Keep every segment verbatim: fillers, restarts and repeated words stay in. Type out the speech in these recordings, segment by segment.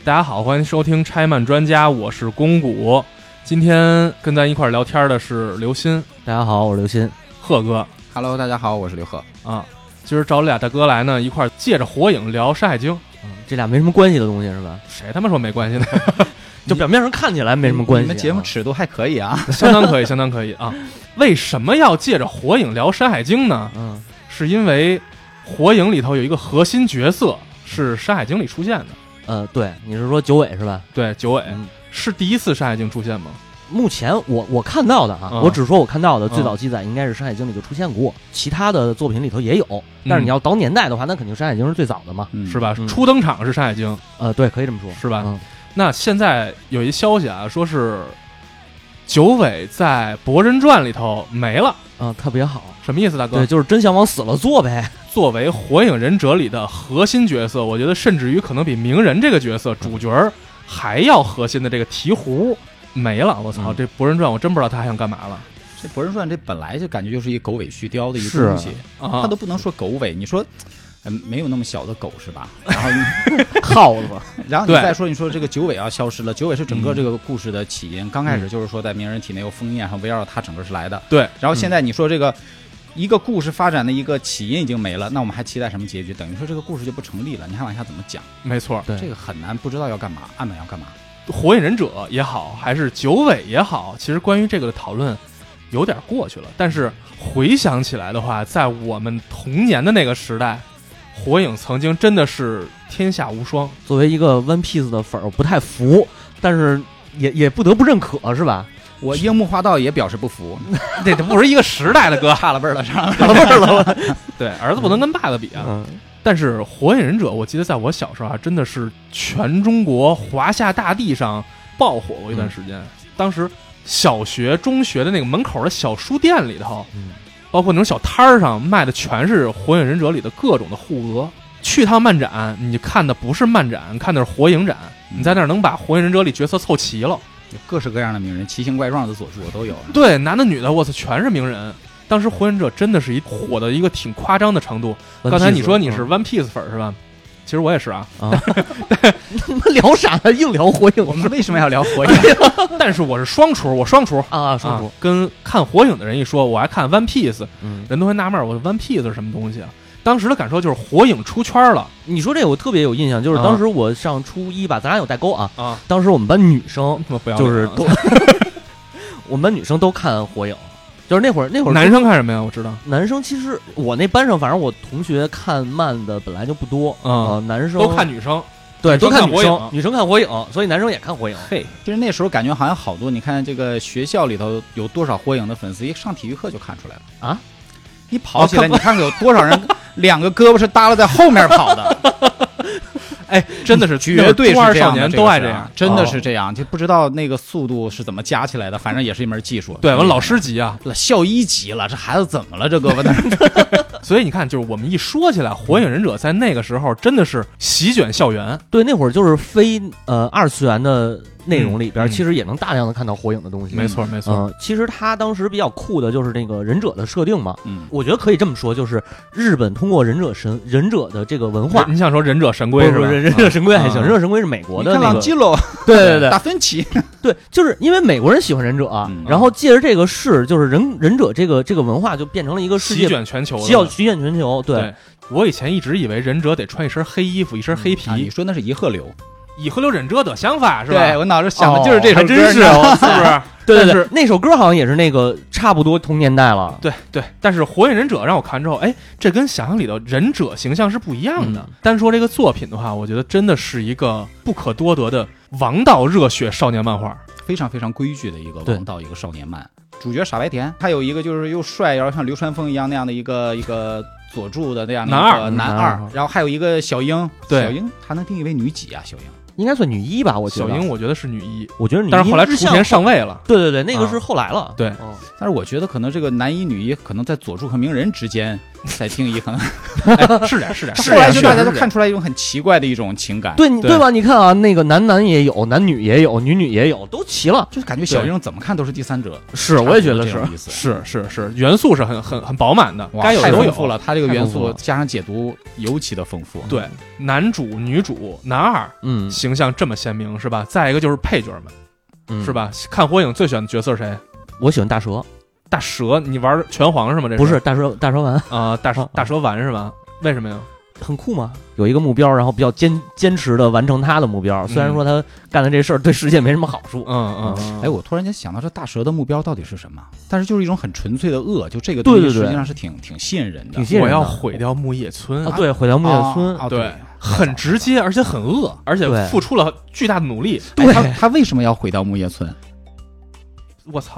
大家好，欢迎收听拆漫专家，我是公谷。今天跟咱一块聊天的是刘鑫。 大家好，我是刘鑫。 贺哥 Hello， 大家好，我是刘贺啊。今儿找俩大哥来呢，一块借着火影聊山海经、 嗯、这俩没什么关系的东西是吧？ 谁他妈说没关系呢？ 就表面上看起来没什么关系、啊、 你们节目尺度还可以啊， 相当可以相当可以啊。为什么要借着火影聊山海经呢？ 嗯， 是因为火影里头有一个核心角色是山海经里出现的。 呃，对，你是说九尾是吧？ 对，九尾、 嗯、 是第一次山海经出现吗？ 目前我我看到的啊、嗯，我只说我看到的最早记载应该是山海经里就出现过、嗯，其他的作品里头也有，但是你要倒年代的话，那肯定山海经是最早的嘛， 嗯、是吧、 嗯？ 初登场是山海经， 呃，对，可以这么说， 是吧？ 嗯、 那现在有一消息啊，说是九尾在《博人传》里头没了， 嗯、呃，特别好， 什么意思，大哥？ 对，就是真相往死了做呗。 作为火影忍者里的核心角色，我觉得甚至于可能比鸣人这个角色主角还要核心的这个鹈鹕没了，我操！嗯、这《博人传》我真不知道他还想干嘛了。 这《博人传》这本来就感觉就是一狗尾续貂的一个东西， 啊、 他都不能说狗尾，你说。嗯，没有那么小的狗是吧？然后耗子， 然后你再说，你说这个九尾要消失了，九尾是整个这个故事的起因。嗯、刚开始就是说在鸣人体内有封印，然后围绕着他整个是来的。 对， 然后现在你说这个、嗯、一个故事发展的一个起因已经没了，那我们还期待什么结局？等于说这个故事就不成立了，你还往下怎么讲？ 没错， 对，这个很难，不知道要干嘛，暗板要干嘛。 火影忍者也好，还是九尾也好，其实关于这个的讨论有点过去了。但是回想起来的话，在我们童年的那个时代。火影曾经真的是天下无双。 作为一个 One Piece 的粉儿，我不太服，但是也也不得不认可，是吧？ 我樱木花道也表示不服， 这不是一个时代的哥， 差了辈儿了，差了辈儿了。 对，儿子不能跟爸爸比啊。嗯、但是火影忍者，我记得在我小时候啊，真的是全中国华夏大地上爆火过一段时间。嗯、当时小学、中学的那个门口的小书店里头。嗯，包括那种小摊儿上卖的全是火影忍者里的各种的护额。去趟漫展，你看的不是漫展，看的是火影展。你在那儿能把火影忍者里角色凑齐了， 有各式各样的鸣人，奇形怪状的佐助都有。 对，男的女的，我操，全是鸣人。当时火影忍者真的是一火的一个挺夸张的程度。刚才你说你是 One Piece 粉是吧？其实我也是啊。啊聊啥呢？硬聊火影。 我们为什么要聊火影？ 但是我是双厨，我双厨啊，双厨、 啊。跟看火影的人一说，我还看 One Piece，、 嗯、 人都会纳闷，我 One Piece 是什么东西啊？当时的感受就是火影出圈了。 你说这个我特别有印象，就是当时我上初一吧，咱俩有代沟啊。 啊， 当时我们班女生就是都，我们班女生都看火影。就是那会儿，那会儿男生看什么呀？我知道， 男生其实我那班上，反正我同学看漫的本来就不多， 嗯、 呃，男生都看女生， 对，都看女生， 女生看火影，所以男生也看火影。 嘿， 其实那时候感觉好像好多，你看这个学校里头有多少火影的粉丝，一上体育课就看出来了啊！ 你跑起来，你看看有多少人，两个胳膊是耷拉在后面跑的。 哎，真的是绝对是这样的， 少年都爱这样， 真的是这样，就不知道那个速度是怎么加起来的，反正也是一门技术。 对，完老师急啊， 校医急了，这孩子怎么了？这胳膊那。 所以你看，就是我们一说起来，火影忍者在那个时候真的是席卷校园。 对，那会儿就是非呃二次元的内容里边、嗯，其实也能大量的看到火影的东西。 没错，没错。 嗯，其实他当时比较酷的就是那个忍者的设定嘛。 嗯， 我觉得可以这么说，就是日本通过忍者神忍者的这个文化， 你想说忍者神龟是吧？ 忍者神龟还行，忍者神龟是美国的那个。 朗基罗， 对对对， 达芬奇， 对，就是因为美国人喜欢忍者啊， 嗯、 然后借着这个事，就是忍忍者这个这个文化就变成了一个世界席卷全球， 需要席卷全球。对。 对，我以前一直以为忍者得穿一身黑衣服，一身黑皮。 嗯啊、你说那是一鹤流， 以鹤流忍者的想法是吧？ 对，我脑子想的就是这首歌， 哦、还真是， 是不是？ 对对对，那首歌好像也是那个差不多同年代了。 对对，但是火影忍者让我看之后，哎，这跟想象里的忍者形象是不一样的。嗯、单说这个作品的话，我觉得真的是一个不可多得的王道热血少年漫画， 非常非常规矩的一个王道一个少年漫。主角傻白甜，还有一个就是又帅，然后像流川枫一样那样的一个一个佐助的那样的一个男二男二，然后还有一个小樱， 对， 小樱她能定义为女几啊？小樱应该算女一吧？我觉得小樱，我觉得是女一， 我觉得女一， 但是后来雏田上位了。 对对对，那个是后来了。 啊、对、 哦， 但是我觉得可能这个男一女一可能在佐助和鸣人之间在听一可能哎是点是点， 后来就大家都看出来一种很奇怪的一种情感， 对对对吧？你看啊，那个男男也有，男女也有，女女也有，都齐了， 就是感觉小英怎么看都是第三者。 是，我也觉得是， 是是是，元素是很很很饱满的，该有太都有丰富了。他这个元素加上解读尤其的丰富。 对，男主、女主、男二， 嗯， 形象这么鲜明是吧？再一个就是配角们， 嗯、 是吧？看火影最喜欢的角色是谁？ 我喜欢大蛇。 大蛇，你玩拳皇是吗？这是不是大蛇大蛇丸啊、呃？大蛇大蛇丸是吧？为什么呀？ 很酷吗？有一个目标，然后比较坚坚持的完成他的目标。虽然说他干的这事儿对世界没什么好处， 嗯嗯。嗯哎，我突然间想到，这大蛇的目标到底是什么？但是就是一种很纯粹的恶，就这个东西实际上是挺对对对挺吸引人的。 挺吸引人的我要毁掉木叶村啊！对，毁掉木叶村， 啊、 对， 对很直接，而且很恶，而且付出了巨大的努力。 对，他他为什么要毁掉木叶村？ 我操！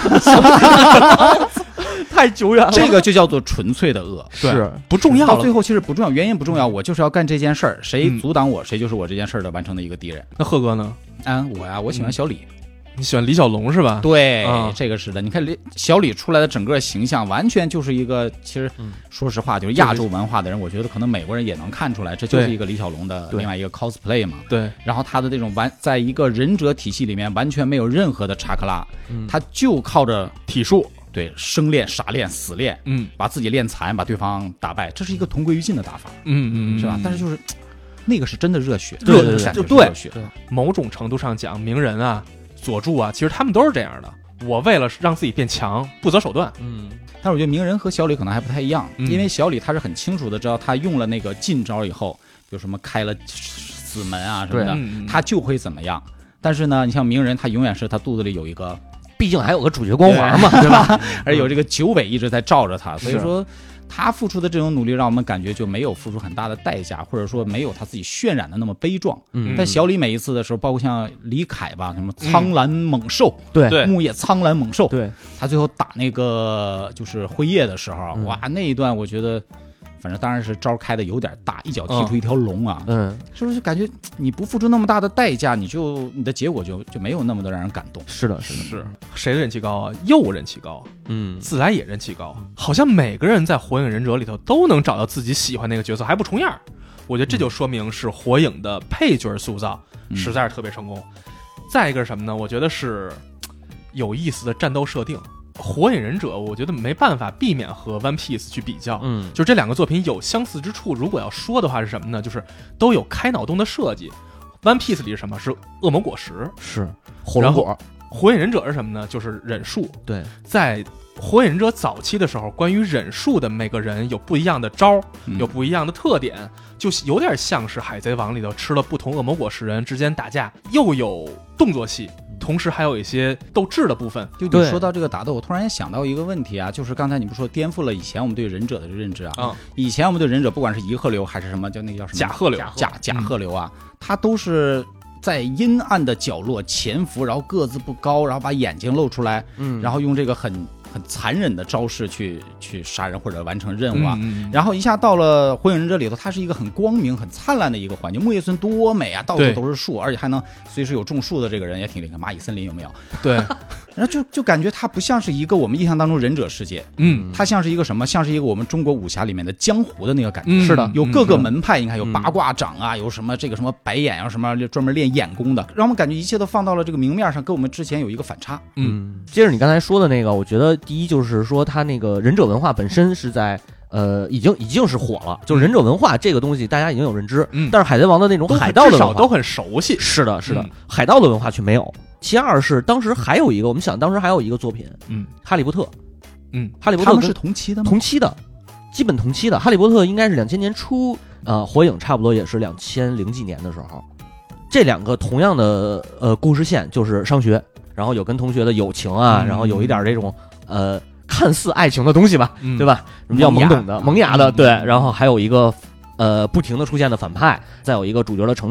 太久远了， 这个就叫做纯粹的恶， 是不重要了。 到最后其实不重要，原因不重要，我就是要干这件事儿，谁阻挡我，嗯、谁就是我这件事儿的完成的一个敌人。 那贺哥呢？ 啊，我呀，我喜欢小李。 嗯、你喜欢李小龙是吧？ 对， 嗯、 这个是的。你看李小李出来的整个形象，完全就是一个，其实、嗯、说实话，就是亚洲文化的人，我觉得可能美国人也能看出来，这就是一个李小龙的另外一个 cosplay 嘛。 对。 然后他的这种完，在一个忍者体系里面，完全没有任何的查克拉， 嗯、 他就靠着体术。 对，生练、傻练、死练， 嗯， 把自己练残，把对方打败，这是一个同归于尽的打法， 嗯嗯， 是吧？但是就是那个是真的热血， 对对对， 就对， 某种程度上讲，鸣人啊、佐助啊，其实他们都是这样的。我为了让自己变强，不择手段。 嗯，但是我觉得鸣人和小李可能还不太一样，嗯、因为小李他是很清楚的知道，他用了那个禁招以后，比如什么开了死门啊什么的， 嗯、 他就会怎么样。但是呢，你像鸣人，他永远是他肚子里有一个。 毕竟还有个主角光环嘛， 对, 对吧？ 而有这个九尾一直在罩着他，所以说他付出的这种努力，让我们感觉就没有付出很大的代价，或者说没有他自己渲染的那么悲壮。 嗯， 但小李每一次的时候，包括像李凯吧，什么苍蓝猛兽， 对对， 木叶苍蓝猛兽， 对， 他最后打那个就是辉夜的时候，哇，那一段我觉得。反正当然是招开的有点大，一脚踢出一条龙啊！ 嗯， 是不是感觉你不付出那么大的代价，你就你的结果就就没有那么的让人感动？ 是的，是的， 是谁的人气高啊？鼬人气高， 嗯， 自来也人气高，好像每个人在火影忍者里头都能找到自己喜欢那个角色，还不重样。我觉得这就说明是火影的配角塑造实在是特别成功。嗯、再一个是什么呢？我觉得是有意思的战斗设定。火影忍者我觉得没办法避免和 One Piece 去比较， 嗯， 就这两个作品有相似之处。如果要说的话是什么呢？就是都有开脑洞的设计。One Piece 里是什么？是恶魔果实， 是火龙果。 火影忍者是什么呢？就是忍术。 对， 在火影忍者早期的时候，关于忍术的每个人有不一样的招， 嗯、 有不一样的特点，就有点像是海贼王里头吃了不同恶魔果实人之间打架，又有动作戏。同时还有一些斗智的部分。 就你说到这个打斗，我突然想到一个问题啊，就是刚才你不说颠覆了以前我们对忍者的认知啊？ 嗯、 以前我们对忍者不管是乙贺流还是什么，叫那个叫什么甲贺流， 甲甲贺流啊，它都是在阴暗的角落潜伏，然后个子不高，然后把眼睛露出来， 嗯， 然后用这个很很残忍的招式去去杀人或者完成任务啊。 嗯嗯、 然后一下到了火影忍者里头，它是一个很光明很灿烂的一个环境，木叶村多美啊，到处都是树，而且还能随时有种树的这个人也挺厉害。蚂蚁森林有没有？ 对， 然后就就感觉它不像是一个我们印象当中忍者世界， 嗯， 它像是一个什么？像是一个我们中国武侠里面的江湖的那个感觉。 嗯、 是的， 有各个门派，你看有八卦掌啊，有什么这个什么白眼啊，什么专门练眼功的，让我们感觉一切都放到了这个明面上，跟我们之前有一个反差。 嗯，接着你刚才说的那个，我觉得第一就是说它那个忍者文化本身是在。呃，已经已经是火了，就是忍者文化这个东西，大家已经有认知。嗯，但是海贼王的那种海盗的文化都很熟悉。 是的，是的，嗯、海盗的文化却没有。其二是当时还有一个，我们想当时还有一个作品， 嗯， 哈利波特， 嗯， 哈利波特他们是同期的吗？ 同期的，基本同期的。哈利波特应该是两千年初，呃，火影差不多也是两千零几年的时候。这两个同样的呃故事线就是上学，然后有跟同学的友情啊，嗯、然后有一点这种呃。看似爱情的东西吧， 嗯、 对吧？比较懵懂的、萌芽的，对。然后还有一个呃不停的出现的反派，再有一个主角的成长。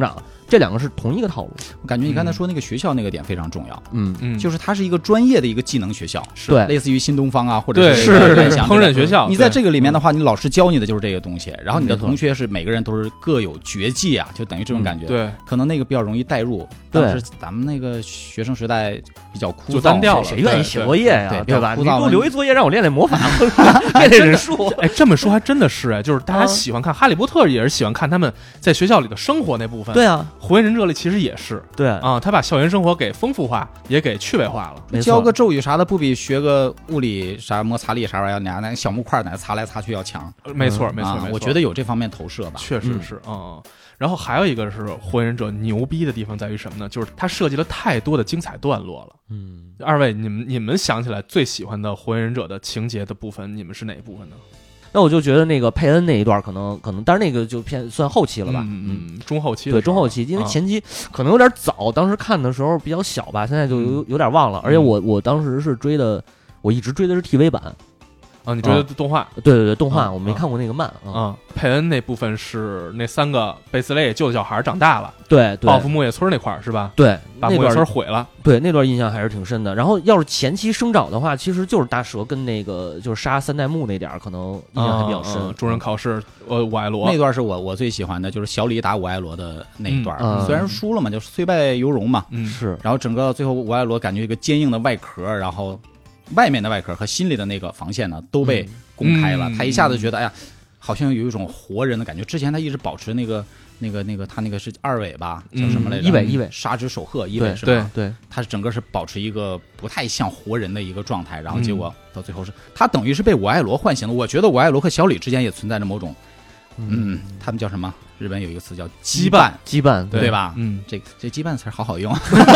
这两个是同一个套路。 我感觉你刚才说那个学校那个点非常重要， 嗯嗯， 就是它是一个专业的一个技能学校， 对， 类似于新东方啊，或者对是烹饪学校。 你在这个里面的话，你老师教你的就是这个东西，然后你的同学是每个人都是各有绝技啊，就等于这种感觉。 对， 可能那个比较容易带入。当时咱们那个学生时代比较枯燥， 就单调了， 谁愿意写作业呀？对吧？ 你给我留一作业让我练练魔法，练练忍术。 哎，这么说还真的是哎，就是大家喜欢看《哈利波特》，也是喜欢看他们在学校里的生活那部分。 对啊， 《火影忍者》里其实也是。 对啊，他把校园生活给丰富化，也给趣味化了。 教个咒语啥的，不比学个物理啥摩擦力啥玩意儿，拿那个小木块哪擦来擦去要强。 没错，没错，没错。 我觉得有这方面投射吧， 确实是。嗯，然后还有一个是《火影忍者》牛逼的地方在于什么呢？就是它设计了太多的精彩段落了。 嗯， 二位，你们你们想起来最喜欢的《火影忍者》的情节的部分，你们是哪一部分呢？ 那我就觉得那个佩恩那一段可能可能，但是那个就偏算后期了吧， 嗯嗯，中后期对中后期，因为前期可能有点早，当时看的时候比较小吧，现在就有有点忘了，而且我我当时是追的，我一直追的是 T V 版。 啊，你追的动画？ 对对对，动画我没看过那个漫啊。佩恩那部分是那三个贝斯类救的小孩长大了， 对， 报复木叶村那块儿是吧？ 对， 把木叶村毁了。 对，那段印象还是挺深的。然后要是前期生长的话，其实就是大蛇跟那个就是杀三代目那点儿，可能印象还比较深。 众人考试，呃，五艾罗那段是我我最喜欢的，就是小李打五艾罗的那一段。 嗯、 虽然输了嘛，就是虽败犹荣嘛。 嗯， 是。 然后整个最后五艾罗感觉一个坚硬的外壳，然后外面的外壳和心里的那个防线呢都被公开了。 嗯、 他一下子觉得，哎呀，好像有一种活人的感觉。之前他一直保持那个。那个那个，他那个是二尾吧，叫什么来着？ 一尾一尾， 杀之守鹤一尾是吧？ 对对， 他整个是保持一个不太像活人的一个状态，然后结果到最后是，他等于是被五艾罗唤醒了。我觉得五艾罗和小李之间也存在着某种，嗯，他们叫什么？日本有一个词叫羁绊， 羁绊， 对吧？ 嗯， 这这羁绊词好好用。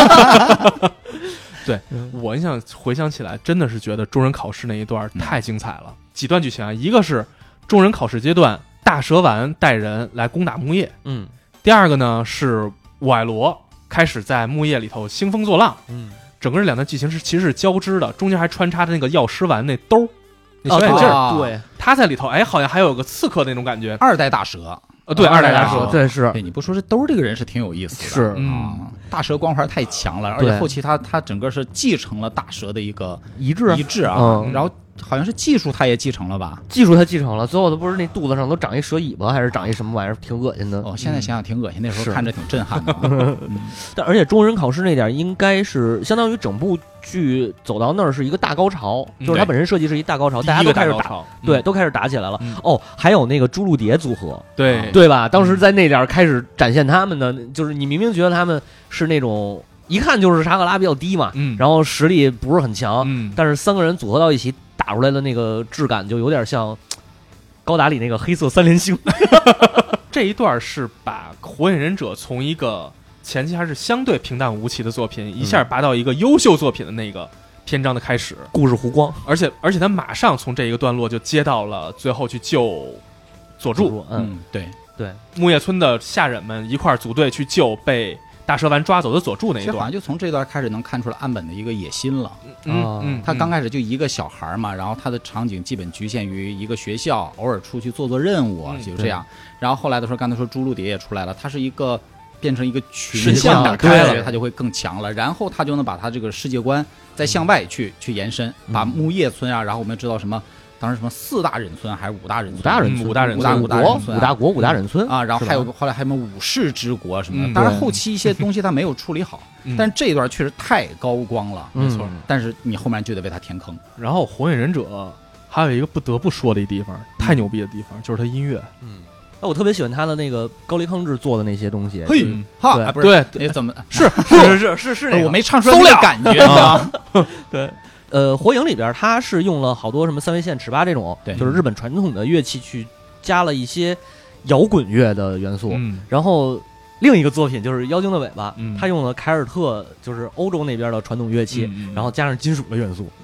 对我印象回想起来，真的是觉得众人考试那一段太精彩了。几段剧情啊，一个是众人考试阶段。大蛇丸带人来攻打木叶， 嗯， 第二个呢是五艾罗开始在木叶里头兴风作浪， 嗯， 整个这两段剧情是其实是交织的，中间还穿插着那个药师丸那兜，那小眼镜， 哦， 对， 他在里头，哎，好像还有个刺客那种感觉， 二代大蛇， 呃，对， 二代大蛇，对是， 对，你不说这兜这个人是挺有意思的， 是啊、嗯，大蛇光环太强了，而且后期他他整个是继承了大蛇的一个遗志遗志啊， 嗯、 然后。好像是技术他也继承了吧？ 技术他继承了，最后他不是那肚子上都长一蛇尾巴，还是长一什么玩意儿，挺恶心的。 哦，现在想想挺恶心，那时候看着挺震撼的。 嗯、但而且中人考试那点应该是相当于整部剧走到那儿是一个大高潮， 嗯、 就是它本身设计是一大高潮，大家都开始打， 嗯、 对，都开始打起来了。 嗯、 哦，还有那个朱露蝶组合， 对对吧？当时在那点开始展现他们的，就是你明明觉得他们是那种。一看就是查克拉比较低嘛， 嗯， 然后实力不是很强， 嗯， 但是三个人组合到一起打出来的那个质感就有点像高达里那个黑色三连星。 这一段是把火影忍者从一个前期还是相对平淡无奇的作品，嗯、一下拔到一个优秀作品的那个篇章的开始， 故事弧光， 而且而且他马上从这一个段落就接到了最后去救佐助， 嗯， 对对， 木叶村的下忍们一块组队去救被。大蛇丸抓走的佐助那一段， 好像就从这段开始能看出来岸本的一个野心了。 嗯嗯， 他刚开始就一个小孩嘛，然后他的场景基本局限于一个学校，偶尔出去做做任务， 嗯、 就这样。然后后来的时候，刚才说朱露蝶也出来了，他是一个变成一个群像打开了，他就会更强了。然后他就能把他这个世界观再向外去、嗯、去延伸，把木叶村啊，然后我们知道什么。当时什么四大忍村还是五大忍村？ 五大忍村， 五大忍村， 五大忍村，五大国，五大忍村啊。然后还有后来还有什么武士之国什么的。 嗯、 当然后期一些东西他没有处理好， 嗯、 但是这一段确实太高光了， 没错。 但是你后面就得为他填坑。 然后火影忍者还有一个不得不说的一地方，太牛逼的地方就是他音乐。 嗯，哎，我特别喜欢他的那个高梨康治做的那些东西。 嘿，哈， 对， 不是，你怎么是是是是是那个， 我没唱出来那个感觉啊。 对。 呃，火影里边它是用了好多什么三味线、尺八这种，就是日本传统的乐器，去加了一些摇滚乐的元素。 嗯、 然后另一个作品就是《妖精的尾巴》， 嗯、 它用了凯尔特，就是欧洲那边的传统乐器， 嗯、 然后加上金属的元素。 嗯，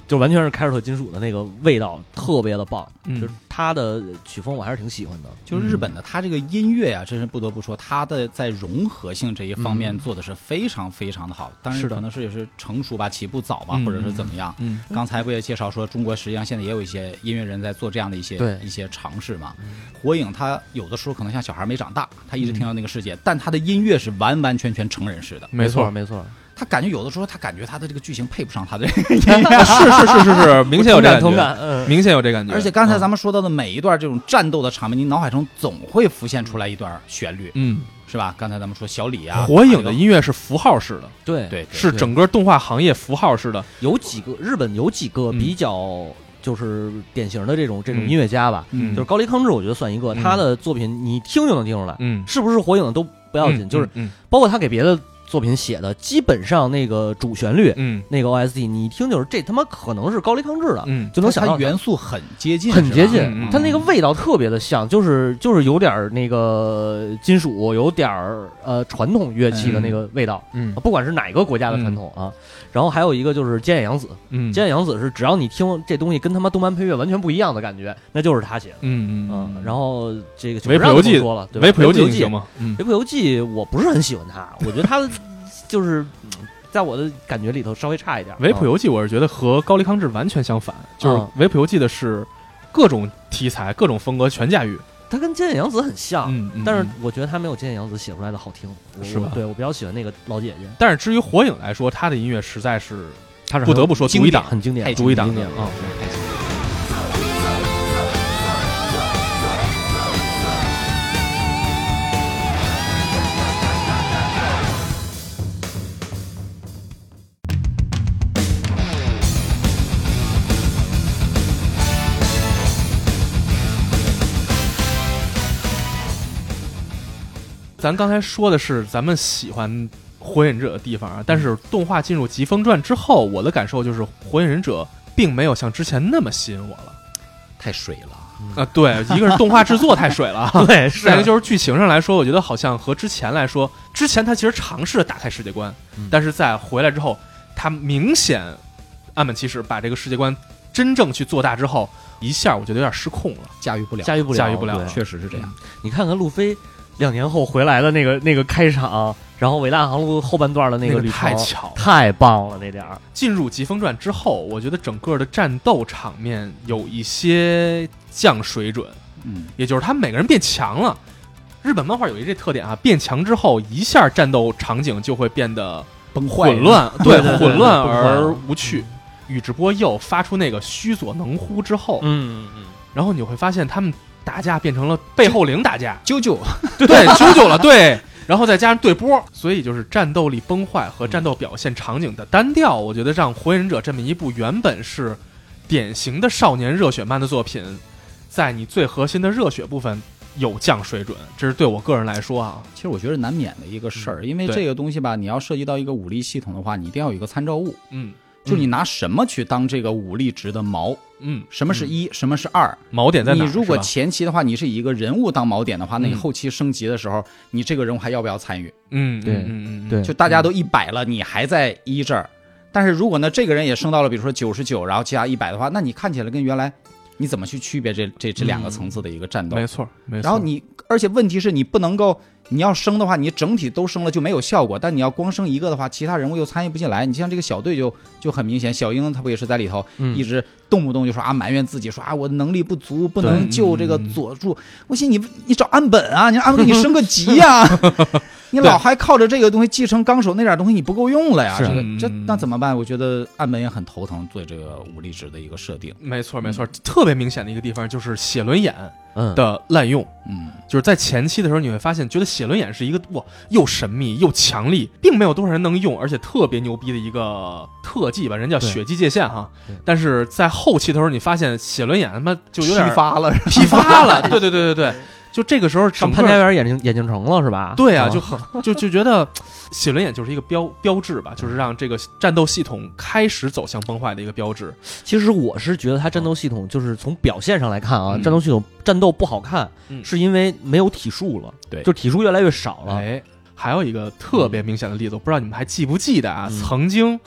就完全是凯尔特金属的那个味道，特别的棒。 嗯， 就是它的曲风我还是挺喜欢的。 就是日本的它这个音乐啊，真是不得不说，它的在融合性这一方面做的是非常非常的好。当然可能是也是成熟吧，起步早吧，或者是怎么样。 嗯， 刚才不也介绍说，中国实际上现在也有一些音乐人在做这样的一些一些尝试嘛。火影它有的时候可能像小孩没长大，他一直听到那个世界，但他的音乐是完完全全成人式的。 没错，没错。 他感觉有的时候，他感觉他的这个剧情配不上他的音乐， 是是是是是，明显有这感觉， 同感，嗯， 明显有这感觉。 而且刚才咱们说到的每一段这种战斗的场面，你脑海中总会浮现出来一段旋律， 嗯， 是吧？刚才咱们说小李啊， 火影的音乐是符号式的， 对对， 是整个动画行业符号式的。 有几个日本有几个比较就是典型的这种这种音乐家吧， 嗯， 就是高梨康治，我觉得算一个，他的作品你听就能听出来， 嗯， 是不是火影的都不要紧，就是包括他给别的作品写的，基本上那个主旋律， 嗯， 那个 O S T， 你一听就是这他妈可能是高梨康治的， 嗯， 就能想到元素很接近， 很接近， 嗯、 它那个味道特别的像，就是就是有点那个金属，有点呃传统乐器的那个味道， 嗯， 不管是哪个国家的传统啊。然后还有一个就是菅野洋子， 嗯， 菅野洋子是只要你听这东西跟他妈动漫配乐完全不一样的感觉，那就是他写的， 嗯嗯嗯。然后这个维普游记说了，对维普游记行吗？ 嗯， 维普游记我不是很喜欢他，我觉得他就是在我的感觉里头稍微差一点。 维普游记我是觉得和高梨康治完全相反，就是维普游记的是各种题材、各种风格全驾驭。 他跟菅野洋子很像， 嗯嗯、 但是我觉得他没有菅野洋子写出来的好听， 是吧？ 对，我比较喜欢那个老姐姐。 但是至于火影来说，他的音乐实在是， 他是不得不说独一档， 很经典， 独一档经典啊。 咱刚才说的是咱们喜欢火影忍者的地方啊，但是动画进入疾风传之后，我的感受就是火影忍者并没有像之前那么吸引我了， 太水了啊、 呃！对，一个是动画制作太水了， 对，是。 再一个就是剧情上来说，我觉得好像和之前来说，之前他其实尝试着打开世界观， 嗯、 但是在回来之后，他明显岸本齐史把这个世界观真正去做大之后，一下我觉得有点失控了， 驾驭不了， 驾驭不了， 驾驭不了， 确实是这样。 你看看路飞。两年后回来的那个那个开场，然后伟大航路后半段的那个旅程， 太巧， 太棒了那点儿。 进入疾风传之后，我觉得整个的战斗场面有一些降水准， 嗯， 也就是他们每个人变强了。日本漫画有一这特点啊，变强之后，一下战斗场景就会变得崩坏、 混乱， 对， 混乱而无趣。宇智波鼬发出那个须佐能乎之后， 嗯嗯， 然后你会发现他们。打架变成了背后灵打架， 啾啾， 对，啾啾了，对，然后再加上对波，所以就是战斗力崩坏和战斗表现场景的单调，我觉得让《火影忍者》这么一部原本是典型的少年热血漫的作品，在你最核心的热血部分有降水准，这是对我个人来说啊， 其实我觉得难免的一个事儿，因为这个东西吧，你要涉及到一个武力系统的话，你一定要有一个参照物， 嗯。 就是你拿什么去当这个武力值的锚？ 嗯， 什么是一、嗯，什么是二？ 锚点在哪？ 你如果前期的话，你是以一个人物当锚点的话，那你后期升级的时候， 嗯、 你这个人物还要不要参与？ 嗯， 对， 嗯嗯对， 就大家都一百了，你还在一这儿，但是如果呢，这个人也升到了，比如说九十九，然后其他一百的话，那你看起来跟原来你怎么去区别这这这两个层次的一个战斗？ 嗯、没错，没错。 然后你，而且问题是你不能够。你要升的话，你整体都升了就没有效果。但你要光升一个的话，其他人物又参与不进来。你像这个小队就就很明显，小樱他不也是在里头、嗯、一直动不动就说啊埋怨自己，说啊我的能力不足，不能救这个佐助。我寻思你你找岸本啊，你让岸本给你升个级呀、啊，你老还靠着这个东西继承纲手那点东西，你不够用了呀。 是这个这那怎么办？我觉得岸本也很头疼，对这个武力值的一个设定。 没错没错、嗯，特别明显的一个地方就是写轮眼的嗯滥用。 嗯， 就是在前期的时候，你会发现觉得写轮眼是一个哇又神秘又强力，并没有多少人能用，而且特别牛逼的一个特技吧，人叫血迹界限哈。但是在后期的时候，你发现写轮眼他妈就有点批发了， 批发了。对对对对对，就这个时候上潘家园眼睛眼镜城了是吧？ 对啊，就很就就觉得写轮眼就是一个标标志吧，就是让这个战斗系统开始走向崩坏的一个标志。 其实我是觉得它战斗系统就是从表现上来看啊，嗯、战斗系统战斗不好看、嗯，是因为没有体术了， 对， 就体术越来越少了。 哎，还有一个特别明显的例子，我不知道你们还记不记得啊？ 嗯、 曾经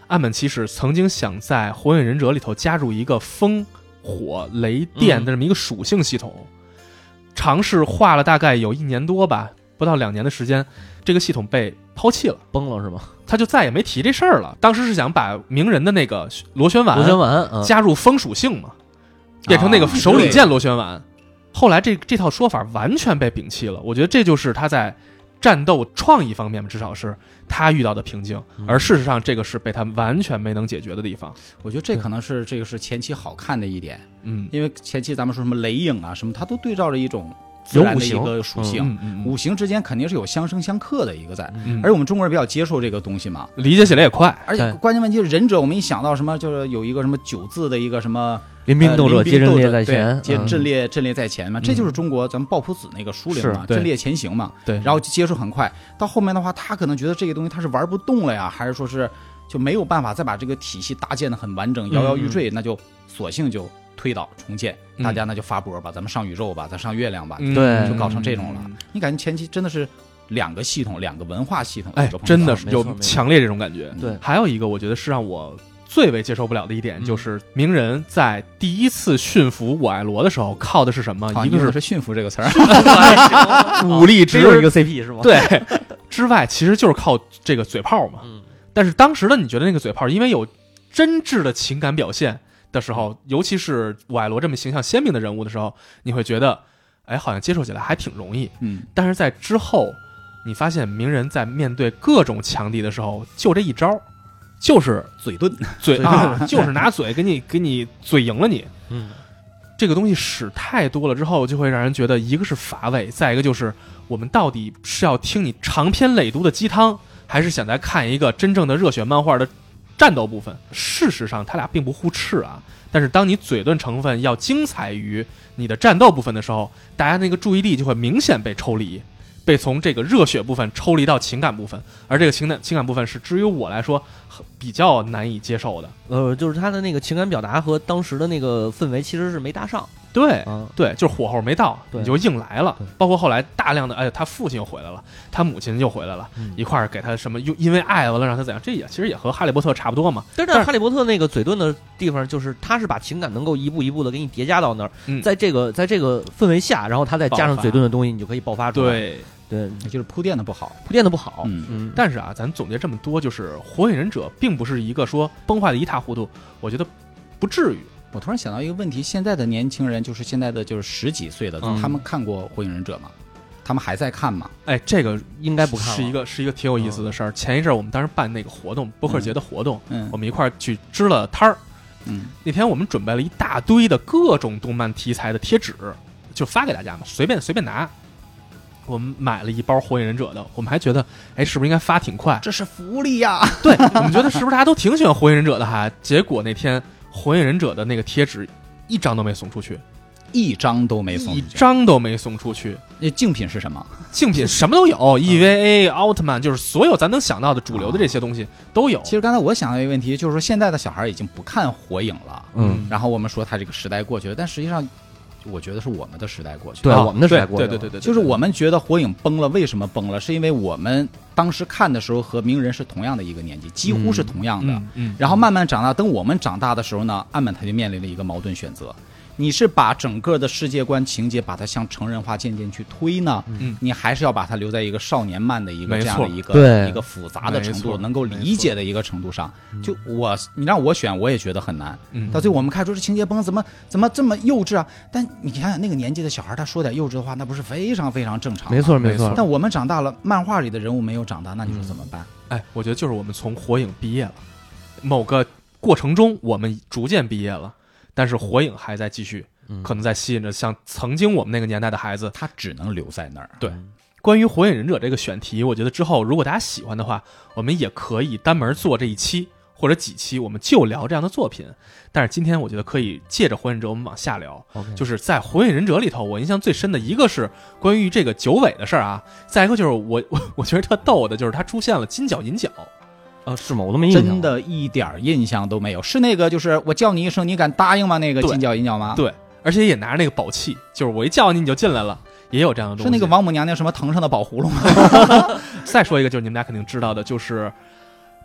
岸本齐史曾经想在火影忍者里头加入一个风火雷电的这么一个属性系统，嗯、尝试画了大概有一年多吧，不到两年的时间，这个系统被抛弃了， 崩了是吗？ 他就再也没提这事儿了。当时是想把鸣人的那个螺旋丸， 螺旋丸、嗯、 加入风属性嘛，变成那个手里剑螺旋丸。啊、后来这这套说法完全被摒弃了。我觉得这就是他在战斗创意方面，至少是他遇到的瓶颈， 嗯、 而事实上这个是被他完全没能解决的地方。 我觉得这可能是这个是前期好看的一点， 嗯， 因为前期咱们说什么雷影啊什么，它都对照着一种自然的一个属性， 嗯嗯嗯、 五行之间肯定是有相生相克的一个在， 嗯、 而我们中国人比较接受这个东西嘛， 理解起来也快。 而且关键问题是忍者，我们一想到什么，就是有一个什么九字的一个什么临兵斗者，皆阵列在前，皆阵列阵列在前嘛， 嗯、 这就是中国咱们抱朴子那个书里嘛，阵列前行嘛， 对， 然后接受很快。到后面的话，他可能觉得这个东西他是玩不动了呀，还是说是就没有办法再把这个体系搭建的很完整，摇摇欲坠，嗯、那就索性就推倒重建， 嗯、 大家那就发波吧，咱们上宇宙吧，咱上月亮吧， 嗯、 对， 就搞成这种了。你感觉前期真的是两个系统，两个文化系统， 哎，真的是有强烈这种感觉。 对， 还有一个我觉得是让我最为接受不了的一点，就是鸣人在第一次驯服我爱罗的时候靠的是什么？ 啊、 一个是是驯服这个词儿， 武力值有一个 C P 是吗？ 对，之外其实就是靠这个嘴炮嘛。 嗯， 但是当时的你觉得那个嘴炮，因为有真挚的情感表现的时候，尤其是我爱罗这么形象鲜明的人物的时候，你会觉得，哎，好像接受起来还挺容易。 嗯， 但是在之后，你发现鸣人在面对各种强敌的时候，就这一招。就是嘴遁， 嘴啊，就是拿嘴给你给你嘴赢了你。 嗯， 这个东西使太多了之后，就会让人觉得一个是乏味，再一个就是我们到底是要听你长篇累牍的鸡汤，还是想来看一个真正的热血漫画的战斗部分？事实上，它俩并不互斥啊。但是当你嘴遁成分要精彩于你的战斗部分的时候，大家那个注意力就会明显被抽离。被从这个热血部分抽离到情感部分，而这个情感情感部分是至于我来说比较难以接受的。 呃，就是他的那个情感表达和当时的那个氛围其实是没搭上。 对， 嗯、 对，就是火候没到，你就硬来了。包括后来大量的，哎，他父亲又回来了，他母亲又回来了，嗯、一块儿给他什么，又因为爱了让他怎样，这也其实也和哈利波特差不多嘛。 但是哈利波特那个嘴遁的地方，就是他是把情感能够一步一步的给你叠加到那儿， 嗯、 在这个在这个氛围下，然后他再加上嘴遁的东西，你就可以爆发出来。 对。 对， 就是铺垫的不好， 铺垫的不好。 嗯嗯。 但是啊，咱总结这么多，就是火影忍者并不是一个说崩坏的一塌糊涂，我觉得不至于。 我突然想到一个问题，现在的年轻人，就是现在的就是十几岁的， 嗯、 他们看过火影忍者吗？他们还在看吗？ 哎，这个应该不看了， 是一个是一个挺有意思的事儿。嗯、前一阵我们当时办那个活动，播客节的活动， 嗯， 我们一块儿去支了摊儿。 嗯， 那天我们准备了一大堆的各种动漫题材的贴纸，就发给大家嘛，随便随便拿。我们买了一包火影忍者的，我们还觉得，哎，是不是应该发挺快？ 这是福利呀！ 对，我们觉得是不是大家都挺喜欢火影忍者的哈？结果那天火影忍者的那个贴纸一张都没送出去， 一张都没送出去， 一张都没送出去。 那竞品是什么？ 竞品什么都有 ，E V A、奥特曼，就是所有咱能想到的主流的这些东西都有。 其实刚才我想到一个问题，就是说现在的小孩已经不看火影了， 嗯， 然后我们说他这个时代过去了，但实际上。我觉得是我们的时代过去了，对、 啊、 我们的时代过去了， 对对对对， 就是我们觉得火影崩了，为什么崩了？是因为我们当时看的时候和鸣人是同样的一个年纪，几乎是同样的。 嗯嗯、 然后慢慢长大，等我们长大的时候呢，岸本他就面临了一个矛盾选择：你是把整个的世界观情节把它向成人化渐渐去推呢， 嗯、 你还是要把它留在一个少年漫的一个这样的一个一个复杂的程度，能够理解的一个程度上。就我，你让我选，我也觉得很难。 嗯、 到最后我们看说这情节崩，怎么怎么这么幼稚啊？但你想想那个年纪的小孩，他说点幼稚的话，那不是非常非常正常？ 没错没错。 但我们长大了，漫画里的人物没有长大，那你说怎么办？ 哎，我觉得就是我们从火影毕业了，某个过程中我们逐渐毕业了，但是火影还在继续。可能在吸引着像曾经我们那个年代的孩子， 他只能留在那儿。 对，关于火影忍者这个选题，我觉得之后如果大家喜欢的话，我们也可以单门做这一期或者几期，我们就聊这样的作品。但是今天我觉得可以借着火影忍者我们往下聊， okay. 就是在火影忍者里头，我印象最深的一个是关于这个九尾的事儿啊，再一个就是我我我觉得特逗的就是他出现了金角银角。 啊，是吗？我都没印象， 真的一点印象都没有。是那个，就是我叫你一声，你敢答应吗？那个金角银角吗？ 对，而且也拿着那个宝器，就是我一叫你你就进来了，也有这样的东西。 是那个王母娘娘什么藤上的宝葫芦吗？ 再说一个，就是你们俩肯定知道的，就是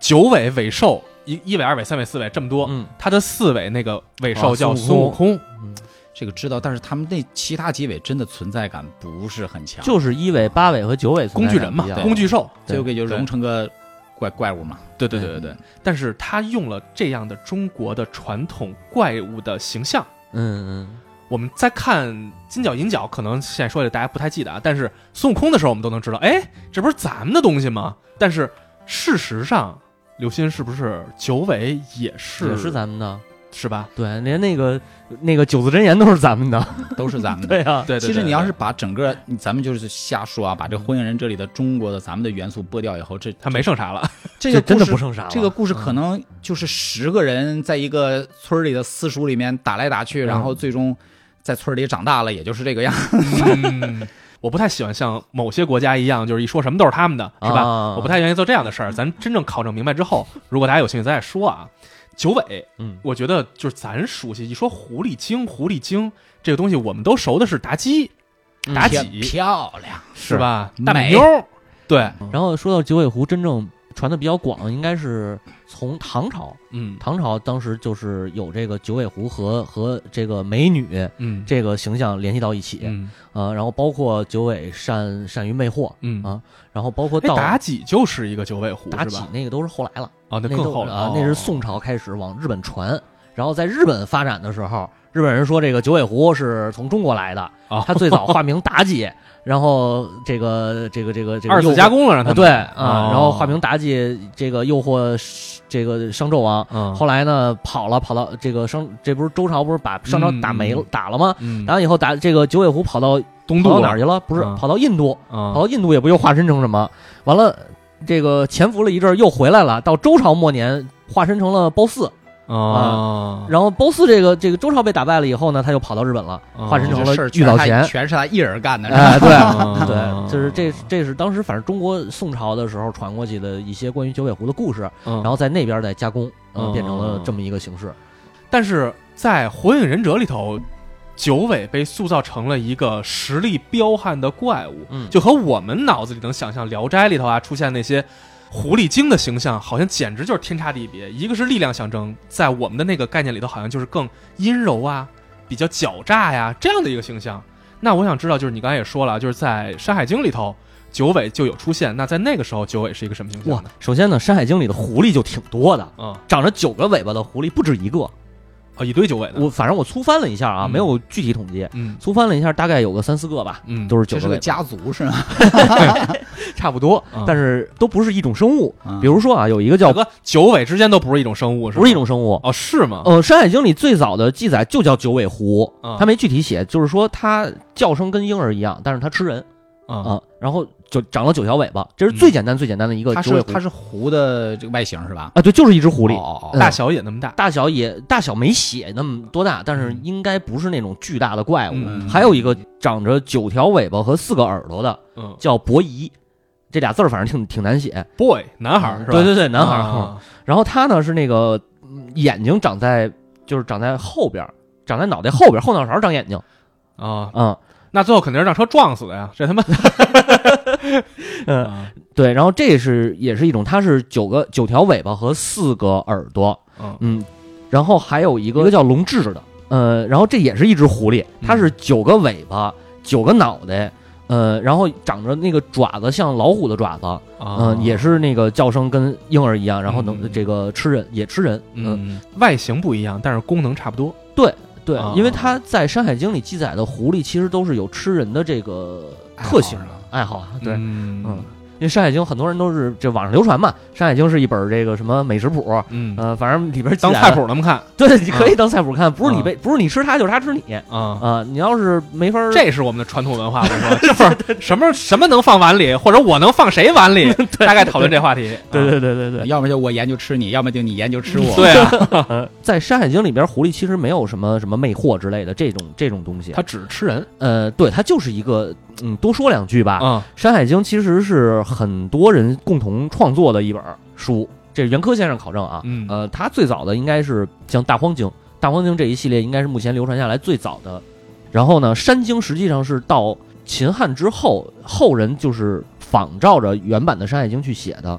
九尾尾兽，一一尾、二尾、三尾、四尾这么多， 嗯， 它的四尾那个尾兽叫孙悟空。 嗯， 这个知道，但是他们那其他几尾真的存在感不是很强， 就是一尾、八尾和九尾工具人嘛，工具兽， 这个就融成个怪怪物嘛。 对对对对对。但是他用了这样的中国的传统怪物的形象。 嗯嗯。 我们在看金角银角，可能现在说的大家不太记得啊，但是孙悟空的时候我们都能知道，哎，这不是咱们的东西吗？但是事实上，刘鑫是不是九尾也是也是咱们的， 是吧？ 对，连那个那个九字真言都是咱们的， 都是咱们的。 对啊， 对对对对。 其实你要是把整个，咱们就是瞎说啊，把这个火影人这里的中国的咱们的元素剥掉以后，这他没剩啥了。 这个真的不剩啥了。 这个故事可能就是十个人在一个村里的私塾里面打来打去， 嗯、 然后最终在村里长大了，也就是这个样子。 嗯，我不太喜欢像某些国家一样，就是一说什么都是他们的，是吧？ 啊、 我不太愿意做这样的事儿。咱真正考证明白之后，如果大家有兴趣，咱再说啊。九尾， 嗯， 我觉得就是咱熟悉，一说狐狸精，狐狸精这个东西，我们都熟的是妲己，妲己漂亮是吧？ 是大美妞，对。 然后说到九尾狐，真正传的比较广，应该是从唐朝， 嗯， 唐朝当时就是有这个九尾狐和和这个美女， 嗯， 这个形象联系到一起， 嗯， 呃，然后包括九尾善善于魅惑， 嗯啊，然后包括到妲己就是一个九尾狐， 妲己那个都是后来了。 啊，那更后来啊、 哦， 那是宋朝开始往日本传，然后在日本发展的时候，日本人说这个九尾狐是从中国来的， 哦、 他最早化名妲己，然后这个这个这个这个二次加工了让他们、 啊、对啊、 哦， 然后化名妲己，这个诱惑这个商纣王， 嗯、 后来呢跑了跑到这个商，这不是周朝不是把商朝打没了、 嗯、 打了吗？ 嗯， 然后以后打这个九尾狐跑到东渡跑到哪儿去了？不是、 嗯、 跑到印度， 嗯、 跑到印度也不又化身成什么？完了。这个潜伏了一阵又回来了，到周朝末年化身成了褒姒啊、 哦， 然后褒姒这个这个周朝被打败了以后呢，他又跑到日本了， 哦、 化身成了玉藻前， 全是他一人干的， 哎，对、 哦、 对，就是这这是当时反正中国宋朝的时候传过去的一些关于九尾狐的故事， 嗯、 然后在那边再加工，嗯、 哦， 变成了这么一个形式。 但是在《火影忍者》里头。九尾被塑造成了一个实力彪悍的怪物， 嗯， 就和我们脑子里能想象《聊斋》里头啊出现那些狐狸精的形象，好像简直就是天差地别。一个是力量象征，在我们的那个概念里头，好像就是更阴柔啊、比较狡诈呀这样的一个形象。那我想知道，就是你刚才也说了，就是在《山海经》里头，九尾就有出现。那在那个时候，九尾是一个什么形象呢？ 哇，首先呢，《山海经》里的狐狸就挺多的， 嗯， 长着九个尾巴的狐狸不止一个。 哦，一堆九尾的， 我反正我粗翻了一下啊， 嗯、 没有具体统计， 嗯， 粗翻了一下，大概有个三四个吧， 嗯， 都是九个尾巴。 这是个家族是吗？ 差不多、嗯，但是都不是一种生物。 嗯、 比如说啊，有一个叫九尾之间都不是一种生物，是不是一种生物？ 哦，是吗？ 呃，《山海经》里最早的记载就叫九尾狐， 嗯、 它没具体写，就是说它叫声跟婴儿一样，但是它吃人。 啊、 嗯，然后就长了九条尾巴，这是最简单、嗯、最简单的一个九尾狐。 它是狐的这个外形是吧？ 啊，对，就是一只狐狸， 哦嗯、 大小也那么大， 大小也大小没写那么多大，但是应该不是那种巨大的怪物。 嗯、 还有一个长着九条尾巴和四个耳朵的， 嗯，叫伯夷，这俩字儿反正挺挺难写。 boy 男孩、嗯、是吧？ 对对对，男孩。 啊嗯、然后他呢是那个眼睛长在就是长在后边，长在脑袋后边，后脑勺长眼睛。 啊， 嗯。 那最后肯定是让车撞死的呀！这他妈， 嗯，对，然后这是也是一种，它是九个九条尾巴和四个耳朵， 嗯嗯，然后还有一个一个叫龙智的，呃，然后这也是一只狐狸，它是九个尾巴，九个脑袋，呃，然后长着那个爪子像老虎的爪子，嗯、呃，也是那个叫声跟婴儿一样，然后能、嗯、这个吃人也吃人， 嗯，嗯外形不一样，但是功能差不多， 对。对， 啊、 因为它在《山海经》里记载的狐狸，其实都是有吃人的这个特性的爱好。对， 嗯， 嗯因为《山海经》很多人都是这网上流传嘛，《山海经》是一本这个什么美食谱， 嗯呃，反正里边当菜谱那么看， 对，你可以当菜谱看，不是你被、啊、不是你吃它就是它吃你啊啊！你要是没法， 这是我们的传统文化，我说就是什么什么能放碗里，或者我能放谁碗里，大概讨论这话题。 对对对对对， 要么就我研究吃你，要么就你研究吃我。 对啊， 在《山海经》里边，狐狸其实没有什么什么魅惑之类的这种这种东西， 它只吃人。 呃，对，它就是一个嗯，多说两句吧。 啊， 《山海经》其实是很多人共同创作的一本书，这是袁科先生考证啊。 嗯， 呃，他最早的应该是像《大荒经》，《大荒经》这一系列应该是目前流传下来最早的。然后呢，《山经》实际上是到秦汉之后，后人就是仿照着原版的《山海经》去写的。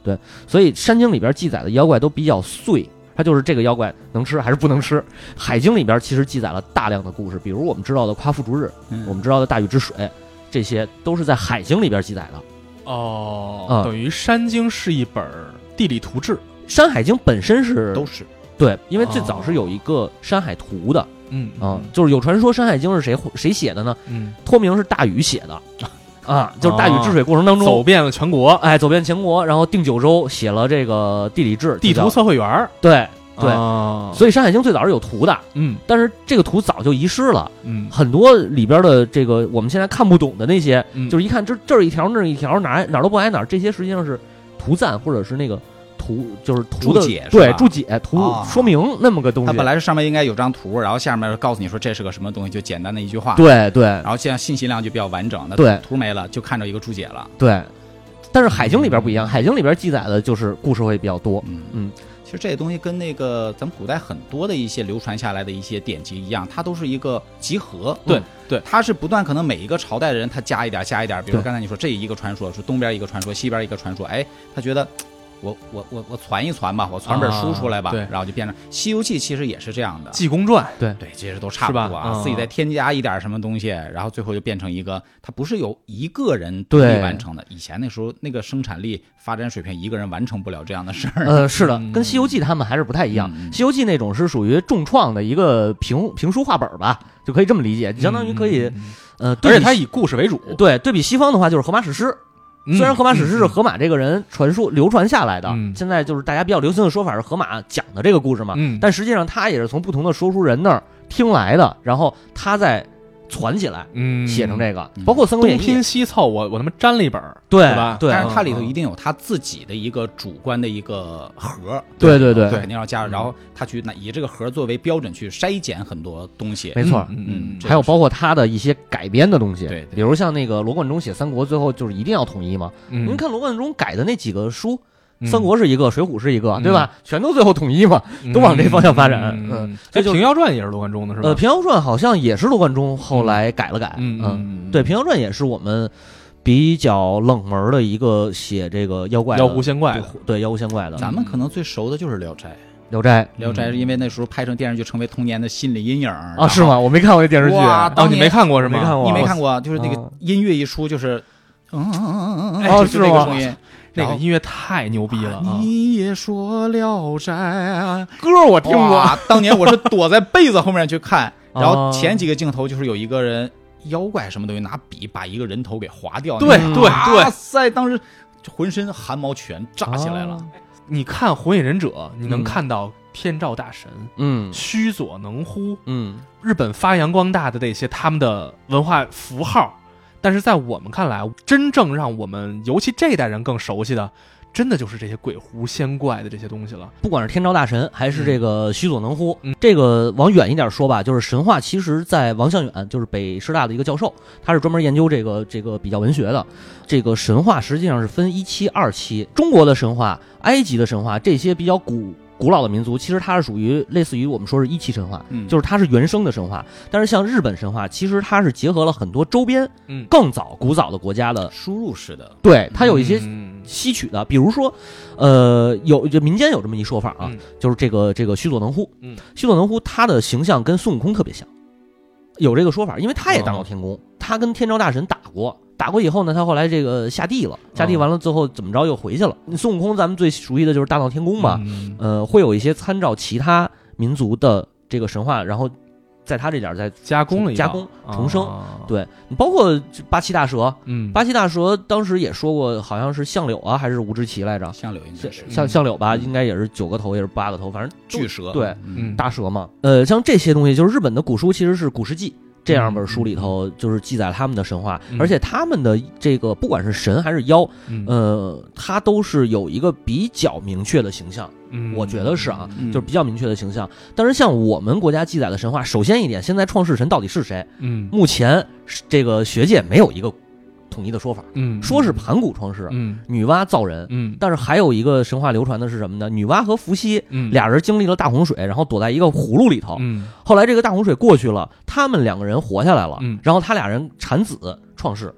对，所以山经里边记载的妖怪都比较碎，它就是这个妖怪能吃还是不能吃。海经里边其实记载了大量的故事，比如我们知道的夸父逐日， 嗯、 我们知道的大禹治水，这些都是在海经里边记载的。 哦， 嗯、 等于山经是一本地理图志， 山海经本身是都是对，因为最早是有一个山海图的， 嗯啊、嗯，就是有传说山海经是谁谁写的呢？ 嗯， 托名是大禹写的。啊，就是大禹治水过程当中、 哦、走遍了全国， 哎，走遍全国，然后定九州，写了这个地理志、 地图测绘员， 对对、 哦， 所以《山海经》最早是有图的， 嗯， 但是这个图早就遗失了， 嗯， 很多里边的这个我们现在看不懂的那些， 嗯、 就是一看这这儿一条那儿一条，哪哪儿都不挨哪儿，这些实际上是图赞或者是那个图，就是图的注解， 对注解图、 哦、 说明那么个东西。 它本来是上面应该有张图，然后下面告诉你说这是个什么东西，就简单的一句话。 对对， 然后现在信息量就比较完整，那对图没了就看着一个注解了。 对，但是海经里边不一样，海经里边记载的就是故事会比较多。 嗯嗯， 其实这些东西跟那个咱们古代很多的一些流传下来的一些典籍一样，它都是一个集合。 对、 嗯、 对， 它是不断可能每一个朝代的人他加一点加一点，比如刚才你说这一个传说，说东边一个传说，西边一个传说，哎，他觉得。我我我我传一传吧，我传本书出来吧， 啊、对， 然后就变成《西游记》，其实也是这样的，《 济公传》 对对，这些都差不多啊， 嗯、 自己再添加一点什么东西，然后最后就变成一个，它不是由一个人独立完成的。以前那时候那个生产力发展水平，一个人完成不了这样的事儿。 呃，是的，跟《西游记》他们还是不太一样， 嗯 《西游记》那种是属于重创的一个评评书画本吧，就可以这么理解，相当于可以， 嗯、 呃， 而且它以故事为主。 对，对比西方的话，就是荷马史诗。虽然荷马史诗是荷马这个人传说流传下来的， 嗯、 现在就是大家比较流行的说法是荷马讲的这个故事嘛， 嗯、 但实际上他也是从不同的说书人那儿听来的，然后他再传起来， 嗯， 写成这个，包括《三国演义》 东拼西凑，我我他妈沾了一本， 对吧？ 对， 但是它里头一定有他自己的一个主观的一个核， 对对对， 肯定要加入，然后他去以这个核作为标准去筛减很多东西， 没错， 嗯嗯， 还有包括他的一些改编的东西， 对， 比如像那个罗贯中写三国，最后就是一定要统一嘛。 嗯、 您看罗贯中改的那几个书。三国是一个，水浒是一个，对吧？全都最后统一嘛，都往这方向发展。嗯， 这《平遥传》也是罗贯中的是吧？ 呃，《平遥传》好像也是罗贯中后来改了改。 嗯嗯， 对，《平遥传》也是我们比较冷门的一个写这个妖怪、 妖狐仙怪的， 对妖狐仙怪的。 咱们可能最熟的就是《聊斋》。 聊斋， 聊斋是因为那时候拍成电视剧，成为童年的心理阴影啊？是吗？我没看过这电视剧。 哦，你没看过是吗？ 没看过， 你没看过？就是那个音乐一出，就是嗯嗯嗯嗯嗯， 哦，是吗？ 那个声音。 那个音乐太牛逼了！ 啊、你也说《聊斋》 歌我听过， 当年我是躲在被子后面去看，然后前几个镜头就是有一个人妖怪什么东西拿笔把一个人头给划掉， 对对对， 哇塞，当时就浑身汗毛全炸起来了。 啊、你看《火影忍者》，你能看到天照大神， 嗯， 须佐能乎， 嗯， 日本发扬光大的这些他们的文化符号。但是在我们看来，真正让我们尤其这一代人更熟悉的，真的就是这些鬼狐仙怪的这些东西了。 不管是天照大神还是这个须佐能乎，嗯、这个往远一点说吧，就是神话。其实，在王向远，就是北师大的一个教授，他是专门研究这个这个比较文学的。这个神话实际上是分一期、二期。中国的神话、埃及的神话，这些比较古。古老的民族其实它是属于类似于我们说是一期神话， 嗯， 就是它是原生的神话。但是像日本神话，其实它是结合了很多周边， 嗯， 更早古早的国家的输入式的， 对，它有一些吸取的，比如说，呃，有就民间有这么一说法啊， 嗯、 就是这个这个须佐能乎， 嗯， 须佐能乎他的形象跟孙悟空特别像，有这个说法，因为他也大闹天宫，哦、他跟天照大神打过。打过以后呢，他后来这个下地了，下地完了最后怎么着又回去了。哦、孙悟空咱们最熟悉的就是大闹天宫嘛， 嗯、 呃，会有一些参照其他民族的这个神话，然后在他这点再加工了一加工重生。 哦、 对，包括八岐大蛇， 嗯， 八岐大蛇当时也说过，好像是相柳啊，还是吴志奇来着？ 相柳应该是相相柳吧，应该也是九个头，也是八个头，反正巨蛇， 对， 嗯， 大蛇嘛。呃，像这些东西，就是日本的古书其实是古世纪。这样本书里头就是记载他们的神话， 嗯、 而且他们的这个不管是神还是妖， 嗯、 呃，它都是有一个比较明确的形象。 嗯， 我觉得是啊， 嗯、 就是比较明确的形象。但是像我们国家记载的神话，首先一点，现在创世神到底是谁？ 嗯， 目前这个学界没有一个统一的说法。 嗯， 说是盘古创世， 嗯， 女娲造人， 嗯， 但是还有一个神话流传的是什么呢？女娲和伏羲， 嗯， 俩人经历了大洪水，然后躲在一个葫芦里头， 嗯， 后来这个大洪水过去了，他们两个人活下来了， 嗯， 然后他俩人产子创世，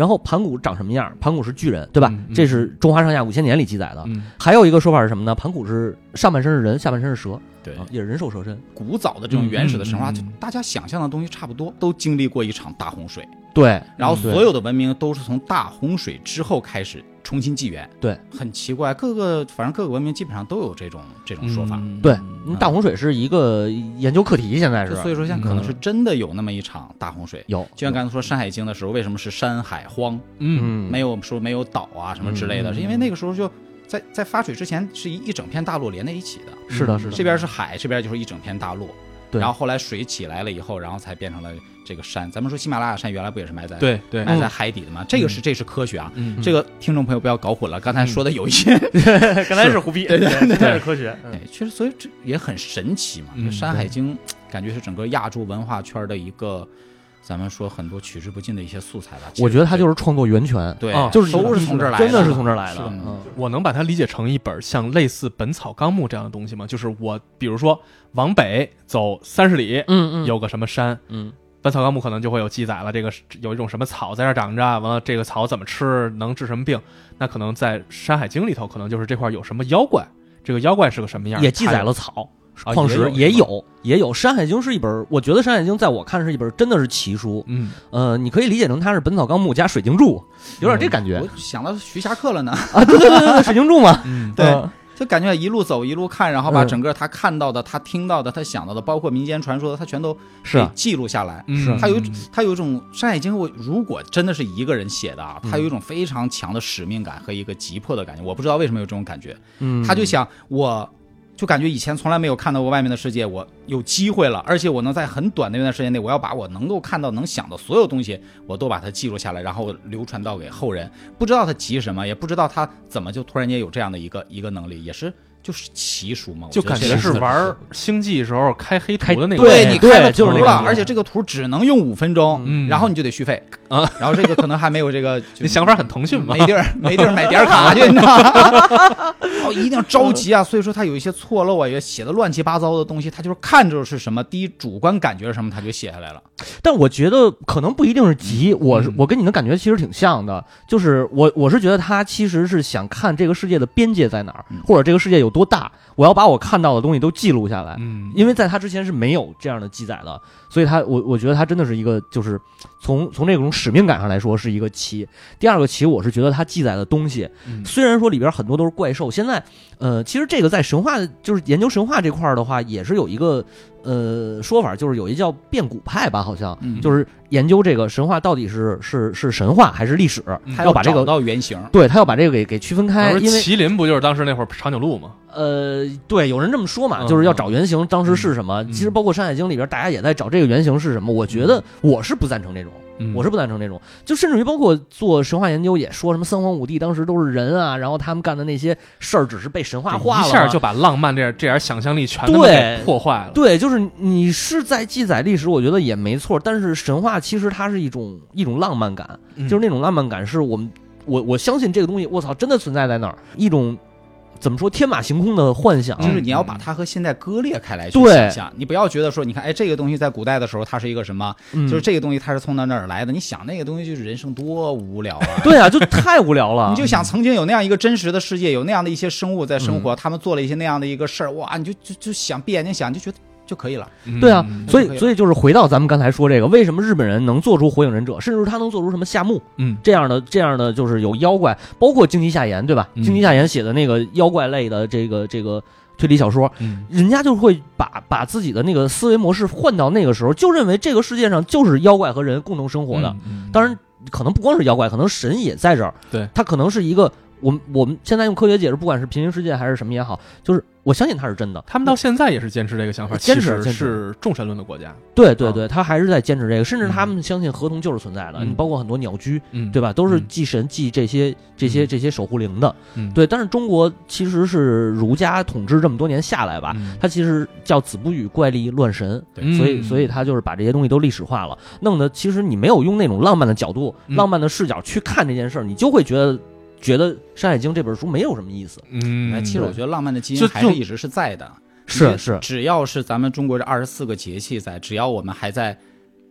然后盘古长什么样？盘古是巨人，对吧？ 嗯嗯、 这是《中华上下五千年》里记载的。 嗯、 还有一个说法是什么呢？盘古是上半身是人，下半身是蛇， 对， 啊、也是人兽蛇身。 古早的这种原始的神话， 嗯嗯、 就大家想象的东西差不多，都经历过一场大洪水。 对， 然后所有的文明都是从大洪水之后开始重新纪元。 对， 很奇怪，各个反正各个文明基本上都有这种这种说法。 嗯、 对，大洪水是一个研究课题，现在是。 所以说，现在可能是真的有那么一场大洪水。 有， 就像刚才说《山海经》的时候，为什么是山海荒？ 嗯， 没有说没有岛啊什么之类的， 嗯、 是因为那个时候就在在发水之前是一一整片大陆连在一起的。 是的，是的， 这边是海，这边就是一整片大陆。 对， 然后后来水起来了以后，然后才变成了这个山。咱们说喜马拉雅山原来不也是埋在对对埋在海底的吗？嗯、这个是这是科学啊， 嗯、 这个听众朋友不要搞混了。刚才说的有一些， 嗯、刚才是胡逼， 对对对， 对是科学。 哎，确实，所以这也很神奇嘛。 嗯、 《山海经》感觉是整个亚洲文化圈的一个。咱们说很多取之不尽的一些素材吧， 我觉得它就是创作源泉， 对， 哦、 就是都是从这儿来的， 真的是从这儿来的。 嗯、我能把它理解成一本像类似《本草纲目》这样的东西吗？就是我比如说往北走三十里， 嗯嗯， 有个什么山， 嗯，《 本草纲目》可能就会有记载了，这个有一种什么草在这长着，完了这个草怎么吃能治什么病？那可能在《山海经》里头，可能就是这块有什么妖怪，这个妖怪是个什么样， 也记载了草。矿石、 啊、 也有也有，《山海经》是一本，我觉得《山海经》在我看是一本真的是奇书。 嗯， 呃，你可以理解成它是《本草纲目》加水晶柱，有点这感觉。 嗯、我想到徐霞客了呢。 啊，对对对对，水晶柱嘛。 嗯， 对。嗯就感觉一路走一路看，然后把整个他看到的、嗯、他听到的、他想到的，包括民间传说的，他全都给记录下来。 是， 他有他有一种《山海经》，我如果真的是一个人写的啊，他有一种非常强的使命感和一个急迫的感觉。我不知道为什么有这种感觉。 嗯， 他就想我。就感觉以前从来没有看到过外面的世界，我有机会了，而且我能在很短的一段时间内，我要把我能够看到、能想的所有东西，我都把它记录下来，然后流传到给后人。不知道他急什么，也不知道他怎么就突然间有这样的一个一个能力，也是就是奇书嘛。 就感觉是玩星际时候开黑图的那个， 对你开了图就是了，而且这个图只能用五分钟， 嗯、 然后你就得续费啊， 然后这个可能还没有这个， 你想法很腾讯嘛， 没地儿没地儿买点卡去，你知道吗？哦，一定要着急啊！所以说他有一些错漏啊，也写的乱七八糟的东西，他就是看着是什么，第一主观感觉是什么，他就写下来了。 但我觉得可能不一定是急，我是我跟你的感觉其实挺像的，就是我我是觉得他其实是想看这个世界的边界在哪儿，或者这个世界有多大，我要把我看到的东西都记录下来。 嗯， 因为在他之前是没有这样的记载的，所以他我我觉得他真的是一个，就是从从这种使命感上来说是一个奇。第二个奇，我是觉得他记载的东西， 嗯、 虽然说里边很多都是怪兽，现在呃，其实这个在神话就是研究神话这块的话，也是有一个。呃，说法就是有一叫变古派吧，好像、嗯、就是研究这个神话到底是是是神话还是历史， 他要把这个找到原型， 对他要把这个给给区分开。因为麒麟不就是当时那会儿长颈鹿吗？ 呃，对，有人这么说嘛，就是要找原型，当时是什么？ 嗯、 其实包括《山海经》里边，大家也在找这个原型是什么。我觉得我是不赞成这种。 嗯、 我是不赞成这种，就甚至于包括做神话研究也说什么三皇五帝当时都是人啊，然后他们干的那些事儿只是被神话化了， 一下就把浪漫这样这点想象力全都给破坏了。 对，就是你是在记载历史，我觉得也没错，但是神话其实它是一种一种浪漫感， 嗯、 就是那种浪漫感是我们我我相信这个东西，我操，真的存在在那儿一种。怎么说天马行空的幻想， 就是你要把它和现在割裂开来去想象，你不要觉得说，你看，哎，这个东西在古代的时候它是一个什么， 嗯、 就是这个东西它是从哪哪儿来的？你想那个东西就是人生多无聊啊！ 对啊，就太无聊了。 你就想曾经有那样一个真实的世界，有那样的一些生物在生活， 嗯、 他们做了一些那样的一个事儿，哇，你就就就想闭眼睛想，就觉得。就可以了， 对啊，所以所以就是回到咱们刚才说这个，为什么日本人能做出火影忍者，甚至他能做出什么夏目， 嗯， 这样的这样的就是有妖怪，包括荆棘夏言，对吧？ 嗯、 荆棘夏言写的那个妖怪类的这个这个推理小说， 嗯， 人家就会把把自己的那个思维模式换到那个时候，就认为这个世界上就是妖怪和人共同生活的。 嗯嗯、 当然，可能不光是妖怪，可能神也在这儿。 对， 他可能是一个。我们我们现在用科学解释，不管是平行世界还是什么也好，就是我相信它是真的。 他们到现在也是坚持这个想法， 坚持其实是众神论的国家。 对对对，他还是在坚持这个，甚至他们相信河童就是存在的。 嗯、 你包括很多鸟居， 嗯、 对吧？都是祭神祭这些这些这些守护灵的。 嗯、 对，但是中国其实是儒家统治这么多年下来吧， 嗯、 它其实叫子不语怪力乱神， 嗯、 所以所以他就是把这些东西都历史化了，弄得其实你没有用那种浪漫的角度、 嗯、 浪漫的视角去看这件事儿，你就会觉得。觉得《山海经》这本书没有什么意思， 嗯， 其实我觉得浪漫的基因还是一直是在的， 是是， 只要是咱们中国这二十四个节气在，只要我们还在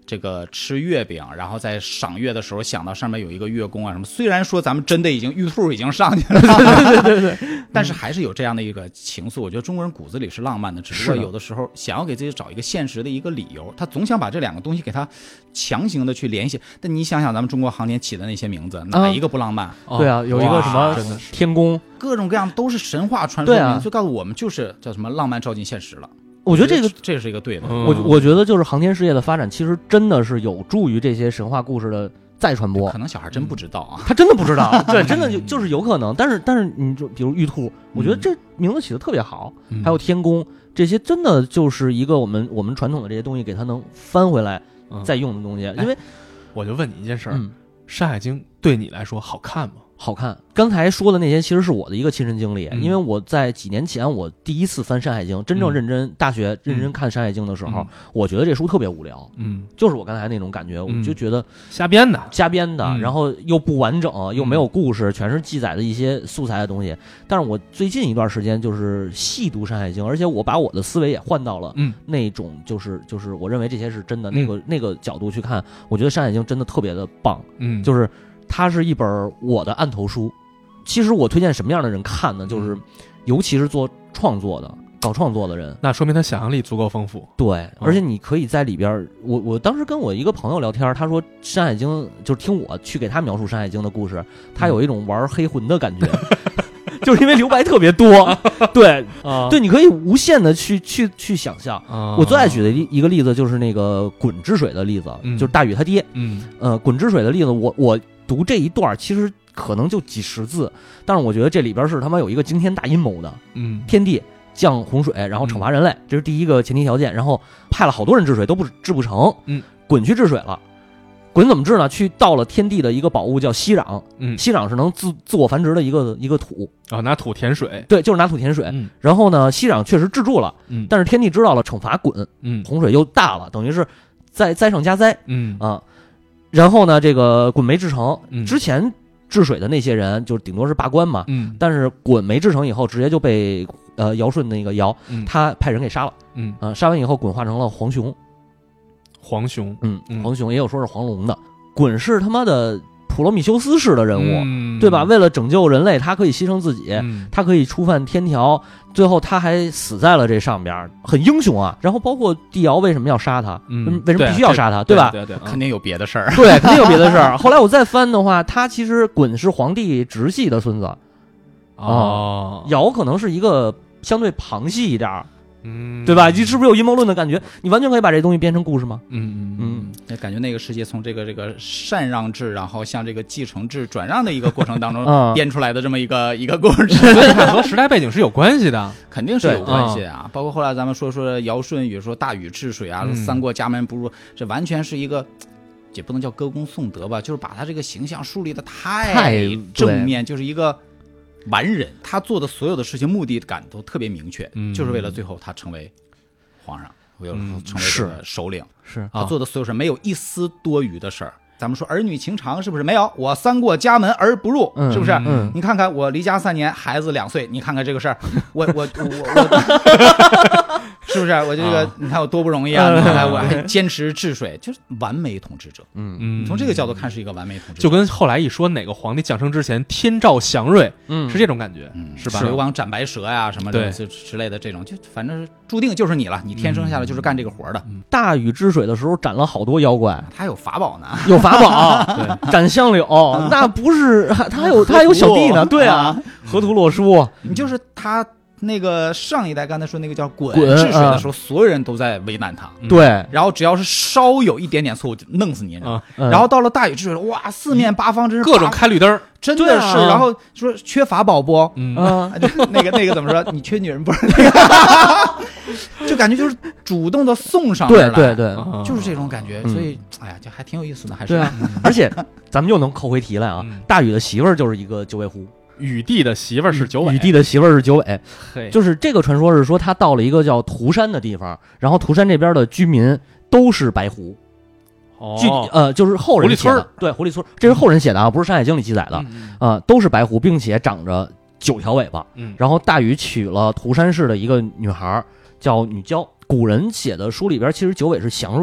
这个吃月饼，然后在赏月的时候想到上面有一个月宫啊什么。虽然说咱们真的已经玉兔已经上去了， 对对对对， 但是还是有这样的一个情愫。我觉得中国人骨子里是浪漫的，只不过有的时候想要给自己找一个现实的一个理由，他总想把这两个东西给他强行的去联系。但你想想咱们中国航天起的那些名字，哪一个不浪漫？ 嗯、对啊，有一个什么天宫， 各种各样都是神话传说名字， 啊、 就告诉我们就是叫什么浪漫照进现实了。 我觉得这个这是一个对的， 嗯、 我我觉得就是航天事业的发展，其实真的是有助于这些神话故事的再传播。 可能小孩真不知道啊， 他真的不知道，对，真的就就是有可能。但是但是你就比如玉兔，我觉得这名字起的特别好， 嗯、 还有天宫，这些真的就是一个我们我们传统的这些东西给它能翻回来再用的东西。 嗯、 因为我就问你一件事儿， 嗯，《 山海经》对你来说好看吗？ 好看。刚才说的那些其实是我的一个亲身经历， 嗯、 因为我在几年前我第一次翻《山海经》，真正认真、嗯、大学认真看《山海经》的时候、嗯，我觉得这书特别无聊， 嗯， 就是我刚才那种感觉， 嗯、 我就觉得瞎编的， 瞎编的， 嗯、 然后又不完整，又没有故事，全是记载的一些素材的东西。但是我最近一段时间就是细读《山海经》，而且我把我的思维也换到了那种就是就是我认为这些是真的、嗯、那个那个角度去看，我觉得《山海经》真的特别的棒， 嗯， 就是它是一本我的案头书。其实我推荐什么样的人看呢？就是尤其是做创作的、搞创作的人， 那说明他想象力足够丰富。 对，而且你可以在里边，我我当时跟我一个朋友聊天，他说《山海经》就是听我去给他描述《山海经》的故事，他有一种玩黑魂的感觉。就是因为留白特别多，对、啊、对，你可以无限的去去去想象、啊。我最爱举的一个例子就是那个鲧治水的例子、嗯，就是大禹他爹。 嗯， 呃，鲧治水的例子，我我读这一段其实可能就几十字，但是我觉得这里边是他妈有一个惊天大阴谋的。 嗯， 天帝降洪水，然后惩罚人类，嗯、这是第一个前提条件，然后派了好多人治水都不治不成。 嗯， 鲧去治水了。鲧怎么治呢？去盗了天地的一个宝物叫息壤， 嗯， 息壤是能自自我繁殖的一个一个土啊、哦，拿土填水， 对，就是拿土填水。 嗯、 然后呢，息壤确实治住了， 嗯， 但是天帝知道了，惩罚鲧， 嗯， 洪水又大了，等于是灾灾上加灾， 嗯啊，然后呢，这个鲧没治成， 嗯、 之前治水的那些人就顶多是罢官嘛， 嗯， 但是鲧没治成以后，直接就被呃尧舜那个尧、 嗯， 他派人给杀了， 嗯啊，杀完以后，鲧化成了黄熊， 黄熊， 嗯，黄熊也有说是黄龙的。鲧是他妈的普罗米修斯式的人物、 嗯， 对吧？为了拯救人类，他可以牺牲自己、 嗯， 他可以触犯天条，最后他还死在了这上边，很英雄啊。然后包括帝尧为什么要杀他？ 嗯， 为什么必须要杀他？对, 对吧？ 对对对， 肯定有别的事儿。 对，肯定有别的事儿。后来我再翻的话，他其实鲧是皇帝直系的孙子， 哦， 尧可能是一个相对旁系一点。 嗯， 对吧？你是不是有阴谋论的感觉？你完全可以把这东西编成故事吗？ 嗯嗯嗯，感觉那个世界从这个这个禅让制，然后向这个继承制转让的一个过程当中编出来的这么一个、嗯、一个故事， 所以它和时代背景是有关系的， 肯定是有关系啊。包括后来咱们说说尧舜禹，说大禹治水啊， 嗯、 三过家门不入，这完全是一个。也不能叫歌功颂德吧，就是把他这个形象树立的太正面，就是一个完人，他做的所有的事情目的感都特别明确， 嗯、 就是为了最后他成为皇上，为了成为这个首领， 是他做的所有事没有一丝多余的事儿。咱们说儿女情长是不是？没有，我三过家门而不入， 嗯、 是不是、 嗯？ 你看看我离家三年，孩子两岁，你看看这个事儿，我我我我，是不是？我这个、啊、你看我多不容易啊！ 嗯、 你看看我还坚持治水，就是完美统治者。 嗯嗯，从这个角度看是一个完美统治者， 就跟后来一说哪个皇帝降生之前天照祥瑞， 嗯， 是这种感觉， 嗯， 是吧？ 水王斩白蛇呀、啊，什么的之类的这种，就反正注定就是你了，你天生下来就是干这个活的。 嗯、大禹治水的时候斩了好多妖怪， 他有法宝呢， 有法宝，对，斩香柳，那不是他还有他还有小弟呢，对啊，河图洛书， 你就是他。那个上一代刚才说那个叫鲧治水的时候、啊，所有人都在为难他。 对， 然后只要是稍有一点点错误，就弄死你。 啊、 然后到了大禹治水，哇，四面八方真是各种开绿灯， 真的是。 啊、 然后说缺法宝不？ 嗯， 啊、 那个那个怎么说？你缺女人不是？那个就感觉就是主动的送上来， 对对对， 就是这种感觉。 嗯、 所以，哎呀，就还挺有意思的，还是。 对啊，而且咱们又能扣回题来啊， 嗯、 大禹的媳妇儿就是一个九尾狐。 禹帝的媳妇儿是九尾， 禹帝的媳妇儿是九尾，就是这个传说是说他到了一个叫涂山的地方，然后涂山这边的居民都是白狐， 哦， 具呃就是后人写的，对，狐狸村，这是后人写的啊，不是《山海经》里记载的啊、 嗯呃，都是白狐，并且长着九条尾巴。 嗯， 然后大禹娶了涂山氏的一个女孩叫女娇，古人写的书里边其实九尾是祥瑞。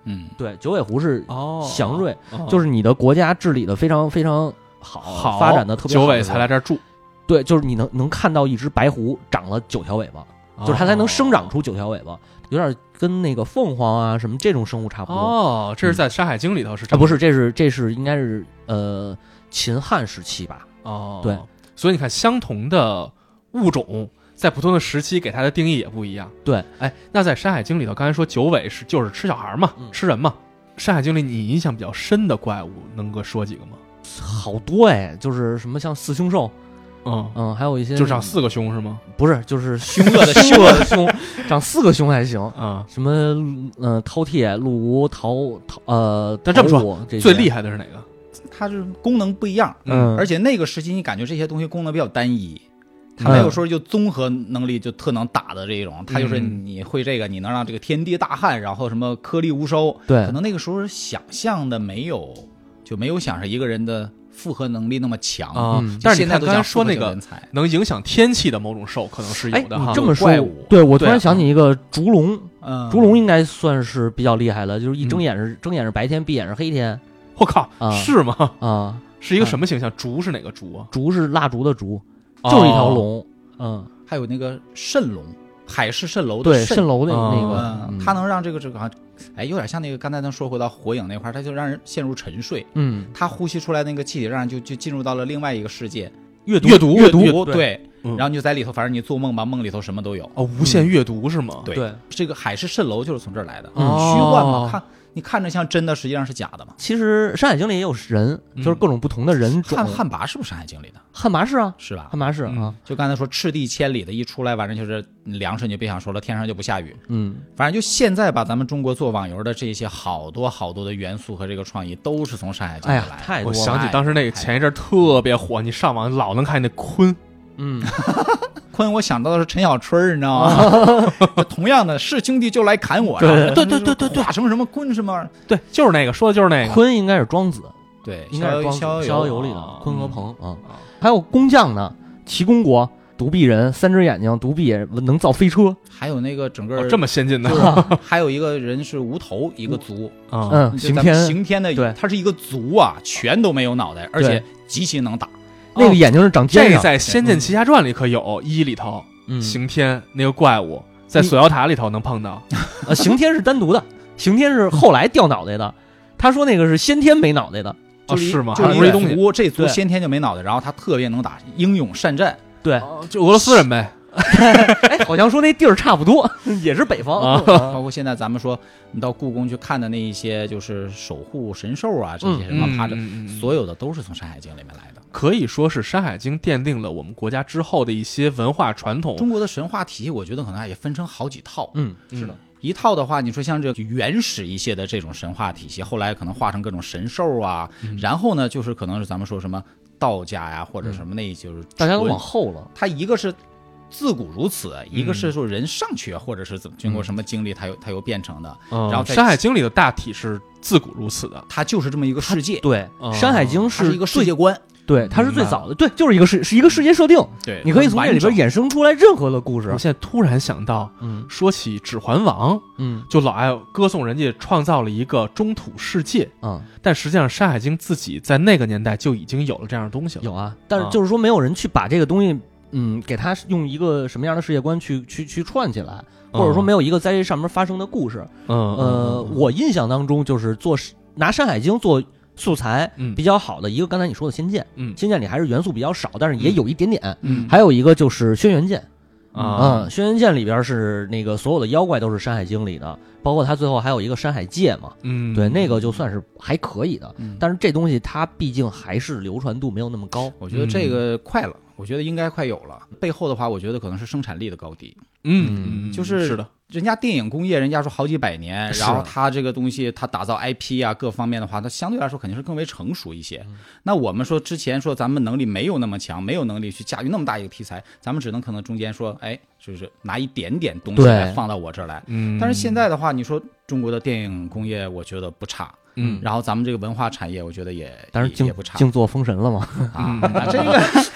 嗯， 对，九尾狐是哦， 祥瑞， 哦就是你的国家治理的非常非常好， 好发展的特别好的九尾才来这儿住， 对，就是你能能看到一只白狐长了九条尾巴，就是它才能生长出九条尾巴，有点跟那个凤凰啊什么这种生物差不多。 哦，这是在《山海经》里头是这啊，不是，这是这是应该是呃秦汉时期吧？ 哦， 对， 所以你看，相同的物种在不同的时期给它的定义也不一样。 对， 哎，那在《山海经》里头，刚才说九尾是就是吃小孩嘛， 嗯吃人嘛。《山海经》里你印象比较深的怪物，能够说几个吗？ 好多哎，就是什么像四凶兽， 嗯嗯，还有一些就长四个胸是吗？ 不是，就是凶恶的凶恶的凶，长四个凶还行。 啊、 什么呃饕餮、鹿吴、陶陶呃， 但这么说陶武这些最厉害的是哪个？ 它是功能不一样， 嗯， 而且那个时期你感觉这些东西功能比较单一。它没有说就综合能力就特能打的这种，它就是你会这个，你能让这个天地大旱，然后什么颗粒无收。 对， 可能那个时候想象的没有，就没有想着一个人的复合能力那么强啊、 嗯。 但是你看现在都刚才说那个人才能影响天气的某种兽，可能是有的哈。 哎、这么说怪物， 对我突然想起一个烛龙， 嗯， 烛龙应该算是比较厉害了，就是一睁眼是、嗯、睁眼是白天，闭眼是黑天。 我靠， 啊、 是吗？ 啊， 是一个什么形象？烛是哪个烛啊？ 烛是蜡烛的烛，就是一条龙。 哦嗯， 还有那个蜃龙，海市蜃楼的对蜃楼的那个， 嗯，它能让这个这个好像，哎，有点像那个刚才咱说回到火影那块，它就让人陷入沉睡。 嗯， 它呼吸出来那个气体，让人就就进入到了另外一个世界， 阅读阅读阅读对， 嗯、 然后你就在里头，反正你做梦吧，梦里头什么都有。 哦，无限阅读是吗？ 对， 对这个海市蜃楼就是从这儿来的， 嗯、 虚幻嘛，看。你看着像真的，实际上是假的嘛？ 其实《山海经》里也有人，就是各种不同的人种。 汉汉魃是不是《山海经》里的？ 汉魃是啊， 是吧？ 汉魃是啊、 嗯。 就刚才说赤地千里的一出来，反正就是粮食你就别想说了，天上就不下雨。 嗯， 反正就现在把咱们中国做网游的这些好多好多的元素和这个创意，都是从《山海经》里来的。 哎呀，太多了！ 我想起当时那个前一阵特别火，你上网老能看那鲲。 嗯， 鲲，我想到的是陈小春，你知道吗？同样的是兄弟就来砍我， 对对对对对对， 什么什么鲲什么， 对，就是那个说的就是那个鲲应该是庄子， 对， 应该是庄子《逍遥游》里的鲲和鹏啊。还有工匠呢，齐公国独臂人，三只眼睛，独臂也能造飞车， 还有那个整个、 哦、这么先进的， 还有一个人是无头一个族， 嗯，刑天刑天的， 对， 他是一个族啊，全都没有脑袋，而且极其能打。 那个眼睛是长尖上， 这在《仙剑奇侠传》里可有一里头， 嗯， 刑天那个怪物在锁妖塔里头能碰到。 呃，刑天是单独的，刑天是后来掉脑袋的。他说那个是先天没脑袋的， 就是是吗？ 就是一东西， 这族先天就没脑袋，然后他特别能打，英勇善战。 对， 就俄罗斯人呗。 哎，好像说那地儿差不多，也是北方。 啊、 包括现在咱们说，你到故宫去看的那一些，就是守护神兽啊，这些什么爬着， 嗯嗯、 所有的都是从《山海经》里面来的。 可以说是《山海经》奠定了我们国家之后的一些文化传统。 中国的神话体系，我觉得可能也分成好几套。 嗯， 是的。 一套的话，你说像这原始一些的这种神话体系，后来可能化成各种神兽啊， 嗯、 然后呢，就是可能是咱们说什么道家呀，或者什么那，就是大家都往后了。 它一个是自古如此，一个是说人上去，或者是怎么经过什么经历，它又它又变成的。 嗯、 然后《 山海经》里的大体是自古如此的， 它就是这么一个世界。 对， 嗯 《山海经》 是一个世界观。 对，它是最早的，对，就是一个是是一个世界设定， 对， 你可以从这里边衍生出来任何的故事。 我现在突然想到， 嗯， 说起《指环王》， 嗯， 就老爱歌颂人家创造了一个中土世界， 嗯， 但实际上《山海经》自己在那个年代就已经有了这样的东西了。 有啊，但是就是说没有人去把这个东西，嗯，给它用一个什么样的世界观去去去串起来，或者说没有一个在这上面发生的故事。 嗯， 呃，我印象当中就是做拿《山海经》做素材比较好的一个，刚才你说的《仙剑》， 嗯， 《仙剑》里还是元素比较少，但是也有一点点。 嗯， 还有一个就是《轩辕剑》 啊， 嗯，《轩辕剑》里边是那个所有的妖怪都是《山海经》里的，包括它最后还有一个山海界嘛， 嗯， 对，那个就算是还可以的。 嗯， 但是这东西它毕竟还是流传度没有那么高。 我觉得这个快了，我觉得应该快有了。背后的话，我觉得可能是生产力的高低。 嗯， 就是是的。 人家电影工业，人家说好几百年，然后他这个东西，他打造 I P 啊，各方面的话，它相对来说肯定是更为成熟一些。嗯、那我们说之前说咱们能力没有那么强，没有能力去驾驭那么大一个题材，咱们只能可能中间说，哎，就是拿一点点东西来放到我这儿来。 嗯， 但是现在的话，你说中国的电影工业，我觉得不差。 嗯， 然后咱们这个文化产业，我觉得也但是也不差。 净做封神了嘛？ 啊，这个。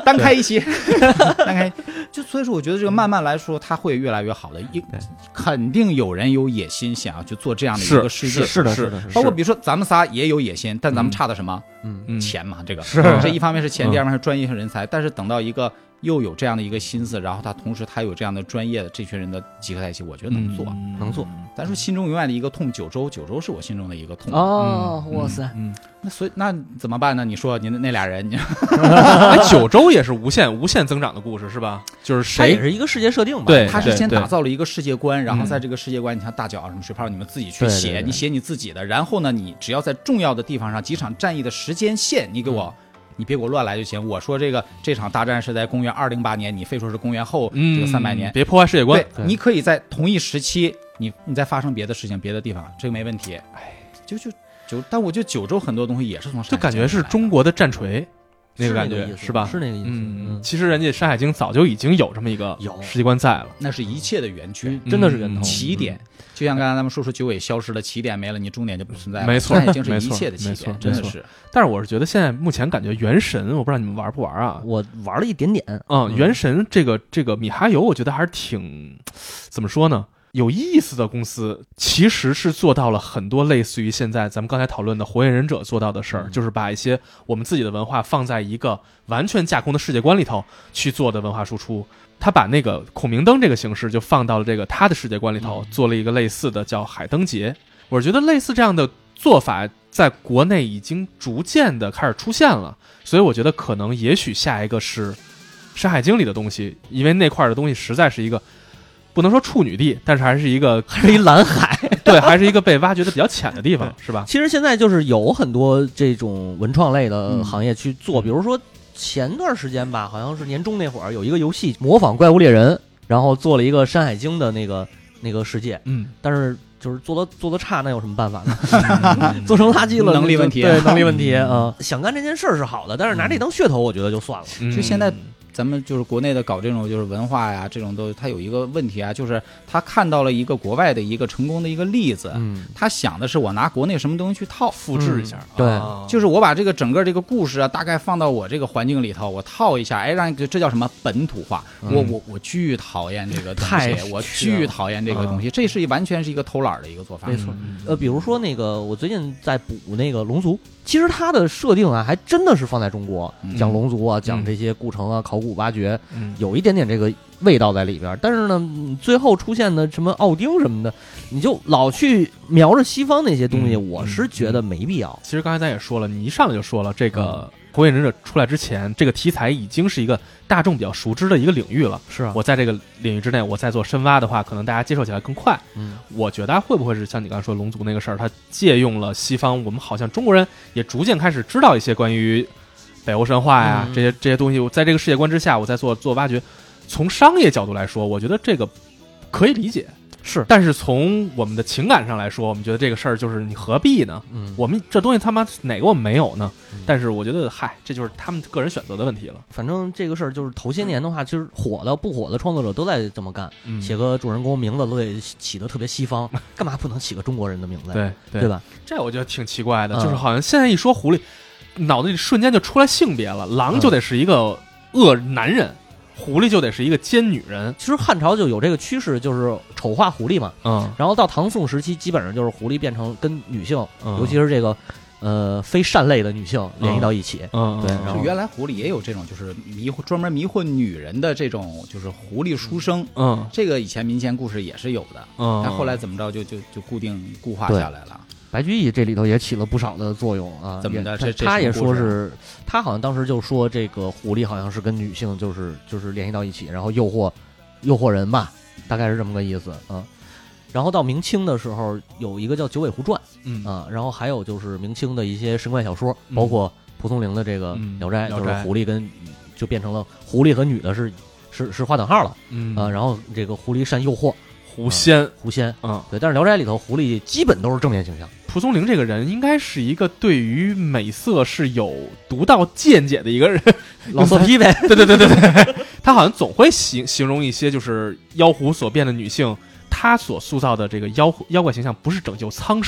单开一期，单开就所以说，我觉得这个慢慢来说，它会越来越好的。一肯定有人有野心，想要去做这样的一个世界， 是的，是的， 包括比如说咱们仨也有野心，但咱们差的什么？ 嗯， 钱嘛，这个是这一方面是钱，第二方面是专业和人才。但是等到一个又有这样的一个心思，然后他同时他有这样的专业的这群人的集合在一起，我觉得能做， 能做。 咱说心中永远的一个痛，九州，九州是我心中的一个痛。 哦，哇塞， 嗯，那所以那怎么办呢？你说你那俩人，你哎，九州也是无限无限增长的故事是吧？就是谁也是一个世界设定吧？ 对， 他是先打造了一个世界观，然后在这个世界观，你像大脚什么水泡，你们自己去写，你写你自己的。然后呢，你只要在重要的地方上几场战役的时间线，你给我。你别给我乱来就行。我说这个这场大战是在公元二零八年，你非说是公元后这个三百年， 别破坏世界观。 对，你可以在同一时期，你你再发生别的事情，别的地方，这个没问题。哎，就就九，但我觉得九州很多东西也是从就感觉是中国的战锤。那个感觉是吧？ 是那个意思。 嗯，其实人家《山海经》早就已经有这么一个世界观在了， 那是一切的源泉， 真的是源头、 起点。就像刚才咱们说说九尾消失了，起点没了，你终点就不存在了。 没错， 山海经是一切的起点，真的是。 但是我是觉得现在目前感觉《原神》，我不知道你们玩不玩啊？ 我玩了一点点。 嗯，《原神》这个这个米哈游，我觉得还是挺怎么说呢？有意思的公司其实是做到了很多类似于现在咱们刚才讨论的火影忍者做到的事儿、嗯、就是把一些我们自己的文化放在一个完全架空的世界观里头去做的文化输出。他把那个孔明灯这个形式就放到了这个他的世界观里头、嗯、做了一个类似的叫海灯节。我觉得类似这样的做法在国内已经逐渐的开始出现了，所以我觉得可能也许下一个是山海经里的东西，因为那块的东西实在是一个不能说处女地，但是还是一个还是一蓝海， 对，还是一个被挖掘的比较浅的地方，是吧？ 其实现在就是有很多这种文创类的行业去做，嗯、比如说前段时间吧，好像是年中那会儿有一个游戏模仿怪物猎人，然后做了一个山海经的那个那个世界， 嗯， 但是就是做的做的差，那有什么办法呢？嗯、做成垃圾了， 能力问题， 对，能力问题啊、嗯！想干这件事儿是好的，但是拿这当噱头，我觉得就算了。 嗯、就现在。咱们就是国内的搞这种就是文化呀，这种都它有一个问题啊，就是他看到了一个国外的一个成功的一个例子，嗯，他想的是我拿国内什么东西去套复制一下， 嗯、对、 啊， 就是我把这个整个这个故事啊，大概放到我这个环境里头，我套一下，哎，让这叫什么本土化？嗯、我我我巨讨厌这个东西，我巨讨厌这个东西，嗯、这是完全是一个偷懒的一个做法， 没错。呃，比如说那个我最近在补那个龙族。其实它的设定啊，还真的是放在中国、嗯、讲龙族啊，讲这些古城啊、嗯、考古挖掘、嗯，有一点点这个味道在里边。但是呢，最后出现的什么奥丁什么的，你就老去瞄着西方那些东西，嗯、我是觉得没必要、嗯。 其实刚才咱也说了，你一上来就说了，这个火影忍者出来之前，这个题材已经是一个大众比较熟知的一个领域了。 是啊， 我在这个领域之内，我再做深挖的话，可能大家接受起来更快。 嗯， 我觉得会不会是像你刚才说龙族那个事儿，它借用了西方，我们好像中国人也逐渐开始知道一些关于北欧神话呀、嗯、这些这些东西，在这个世界观之下，我在做做挖掘。从商业角度来说，我觉得这个可以理解。 是， 但是从我们的情感上来说，我们觉得这个事儿就是你何必呢？嗯，我们这东西他妈哪个我们没有呢？嗯、但是我觉得，嗨，这就是他们个人选择的问题了。 反正这个事儿就是头些年的话，其实火的不火的创作者都在这么干，嗯、写个主人公名字都得起得特别西方，干嘛不能起个中国人的名字？ 对对对吧？ 这我觉得挺奇怪的，嗯、就是好像现在一说狐狸，脑子里瞬间就出来性别了，狼就得是一个恶男人。嗯狐狸就得是一个奸女人。 其实汉朝就有这个趋势，就是丑化狐狸嘛。 嗯， 然后到唐宋时期，基本上就是狐狸变成跟女性，嗯、尤其是这个呃非善类的女性联系到一起。 嗯， 对。然后原来狐狸也有这种，就是迷惑专门迷惑女人的这种，就是狐狸书生。 嗯， 这个以前民间故事也是有的。嗯，但后来怎么着就就就固定固化下来了。 白居易这里头也起了不少的作用啊， 怎么的？ 这他也说是，他好像当时就说这个狐狸好像是跟女性就是就是联系到一起，然后诱惑诱惑人吧，大概是这么个意思啊。然后到明清的时候，有一个叫《九尾狐传》，嗯啊，然后还有就是明清的一些神怪小说，包括蒲松龄的这个《聊斋》，就是狐狸跟就变成了狐狸和女的是是是划等号了，嗯啊，然后这个狐狸善诱惑。 狐仙， 嗯、狐仙， 嗯， 对，但是《聊斋》里头狐狸基本都是正面形象。 蒲松龄这个人应该是一个对于美色是有独到见解的一个人， 老色批呗。 对对对对对，他好像总会形形容一些就是妖狐所变的女性，她所塑造的这个妖妖怪形象不是拯救苍生，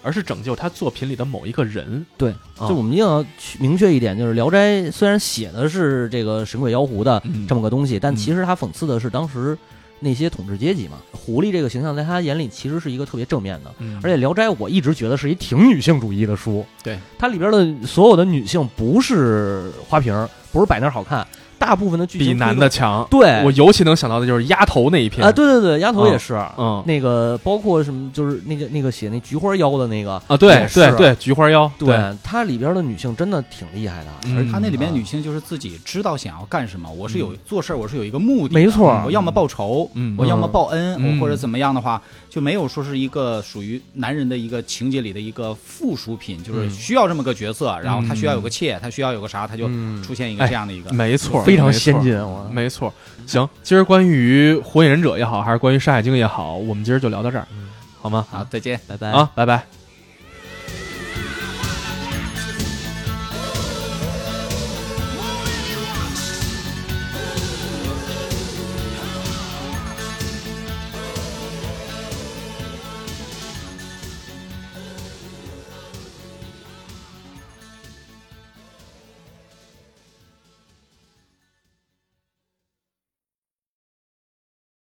而是拯救他作品里的某一个人。 对， 啊、 就我们一定要明确一点，就是《聊斋》虽然写的是这个神鬼妖狐的这么个东西，嗯、但其实它讽刺的是当时那些统治阶级嘛。狐狸这个形象在他眼里其实是一个特别正面的， 嗯、 而且《聊斋》我一直觉得是一挺女性主义的书。 对， 它里边的所有的女性不是花瓶，不是摆那儿好看。大部分的剧情比男的强， 对， 我尤其能想到的就是丫头那一篇啊，对对对，丫头也是， 嗯， 那个包括什么，就是那个那个写那菊花妖的那个啊，对对对，菊花妖， 对，它里边的女性真的挺厉害的， 嗯、而它那里边女性就是自己知道想要干什么，我是有做事，我是有一个目的， 没错， 我要么报仇， 嗯， 我要么报恩， 嗯、 或者怎么样的话，就没有说是一个属于男人的一个情节里的一个附属品，就是需要这么个角色，然后他需要有个妾，他需要有个啥，他就出现一个这样的一个， 哎、没错， 非常先进。 没错，行，今儿关于火影忍者也好，还是关于山海经也好，我们今儿就聊到这儿，好吗？ 好，再见， 拜拜啊，拜拜。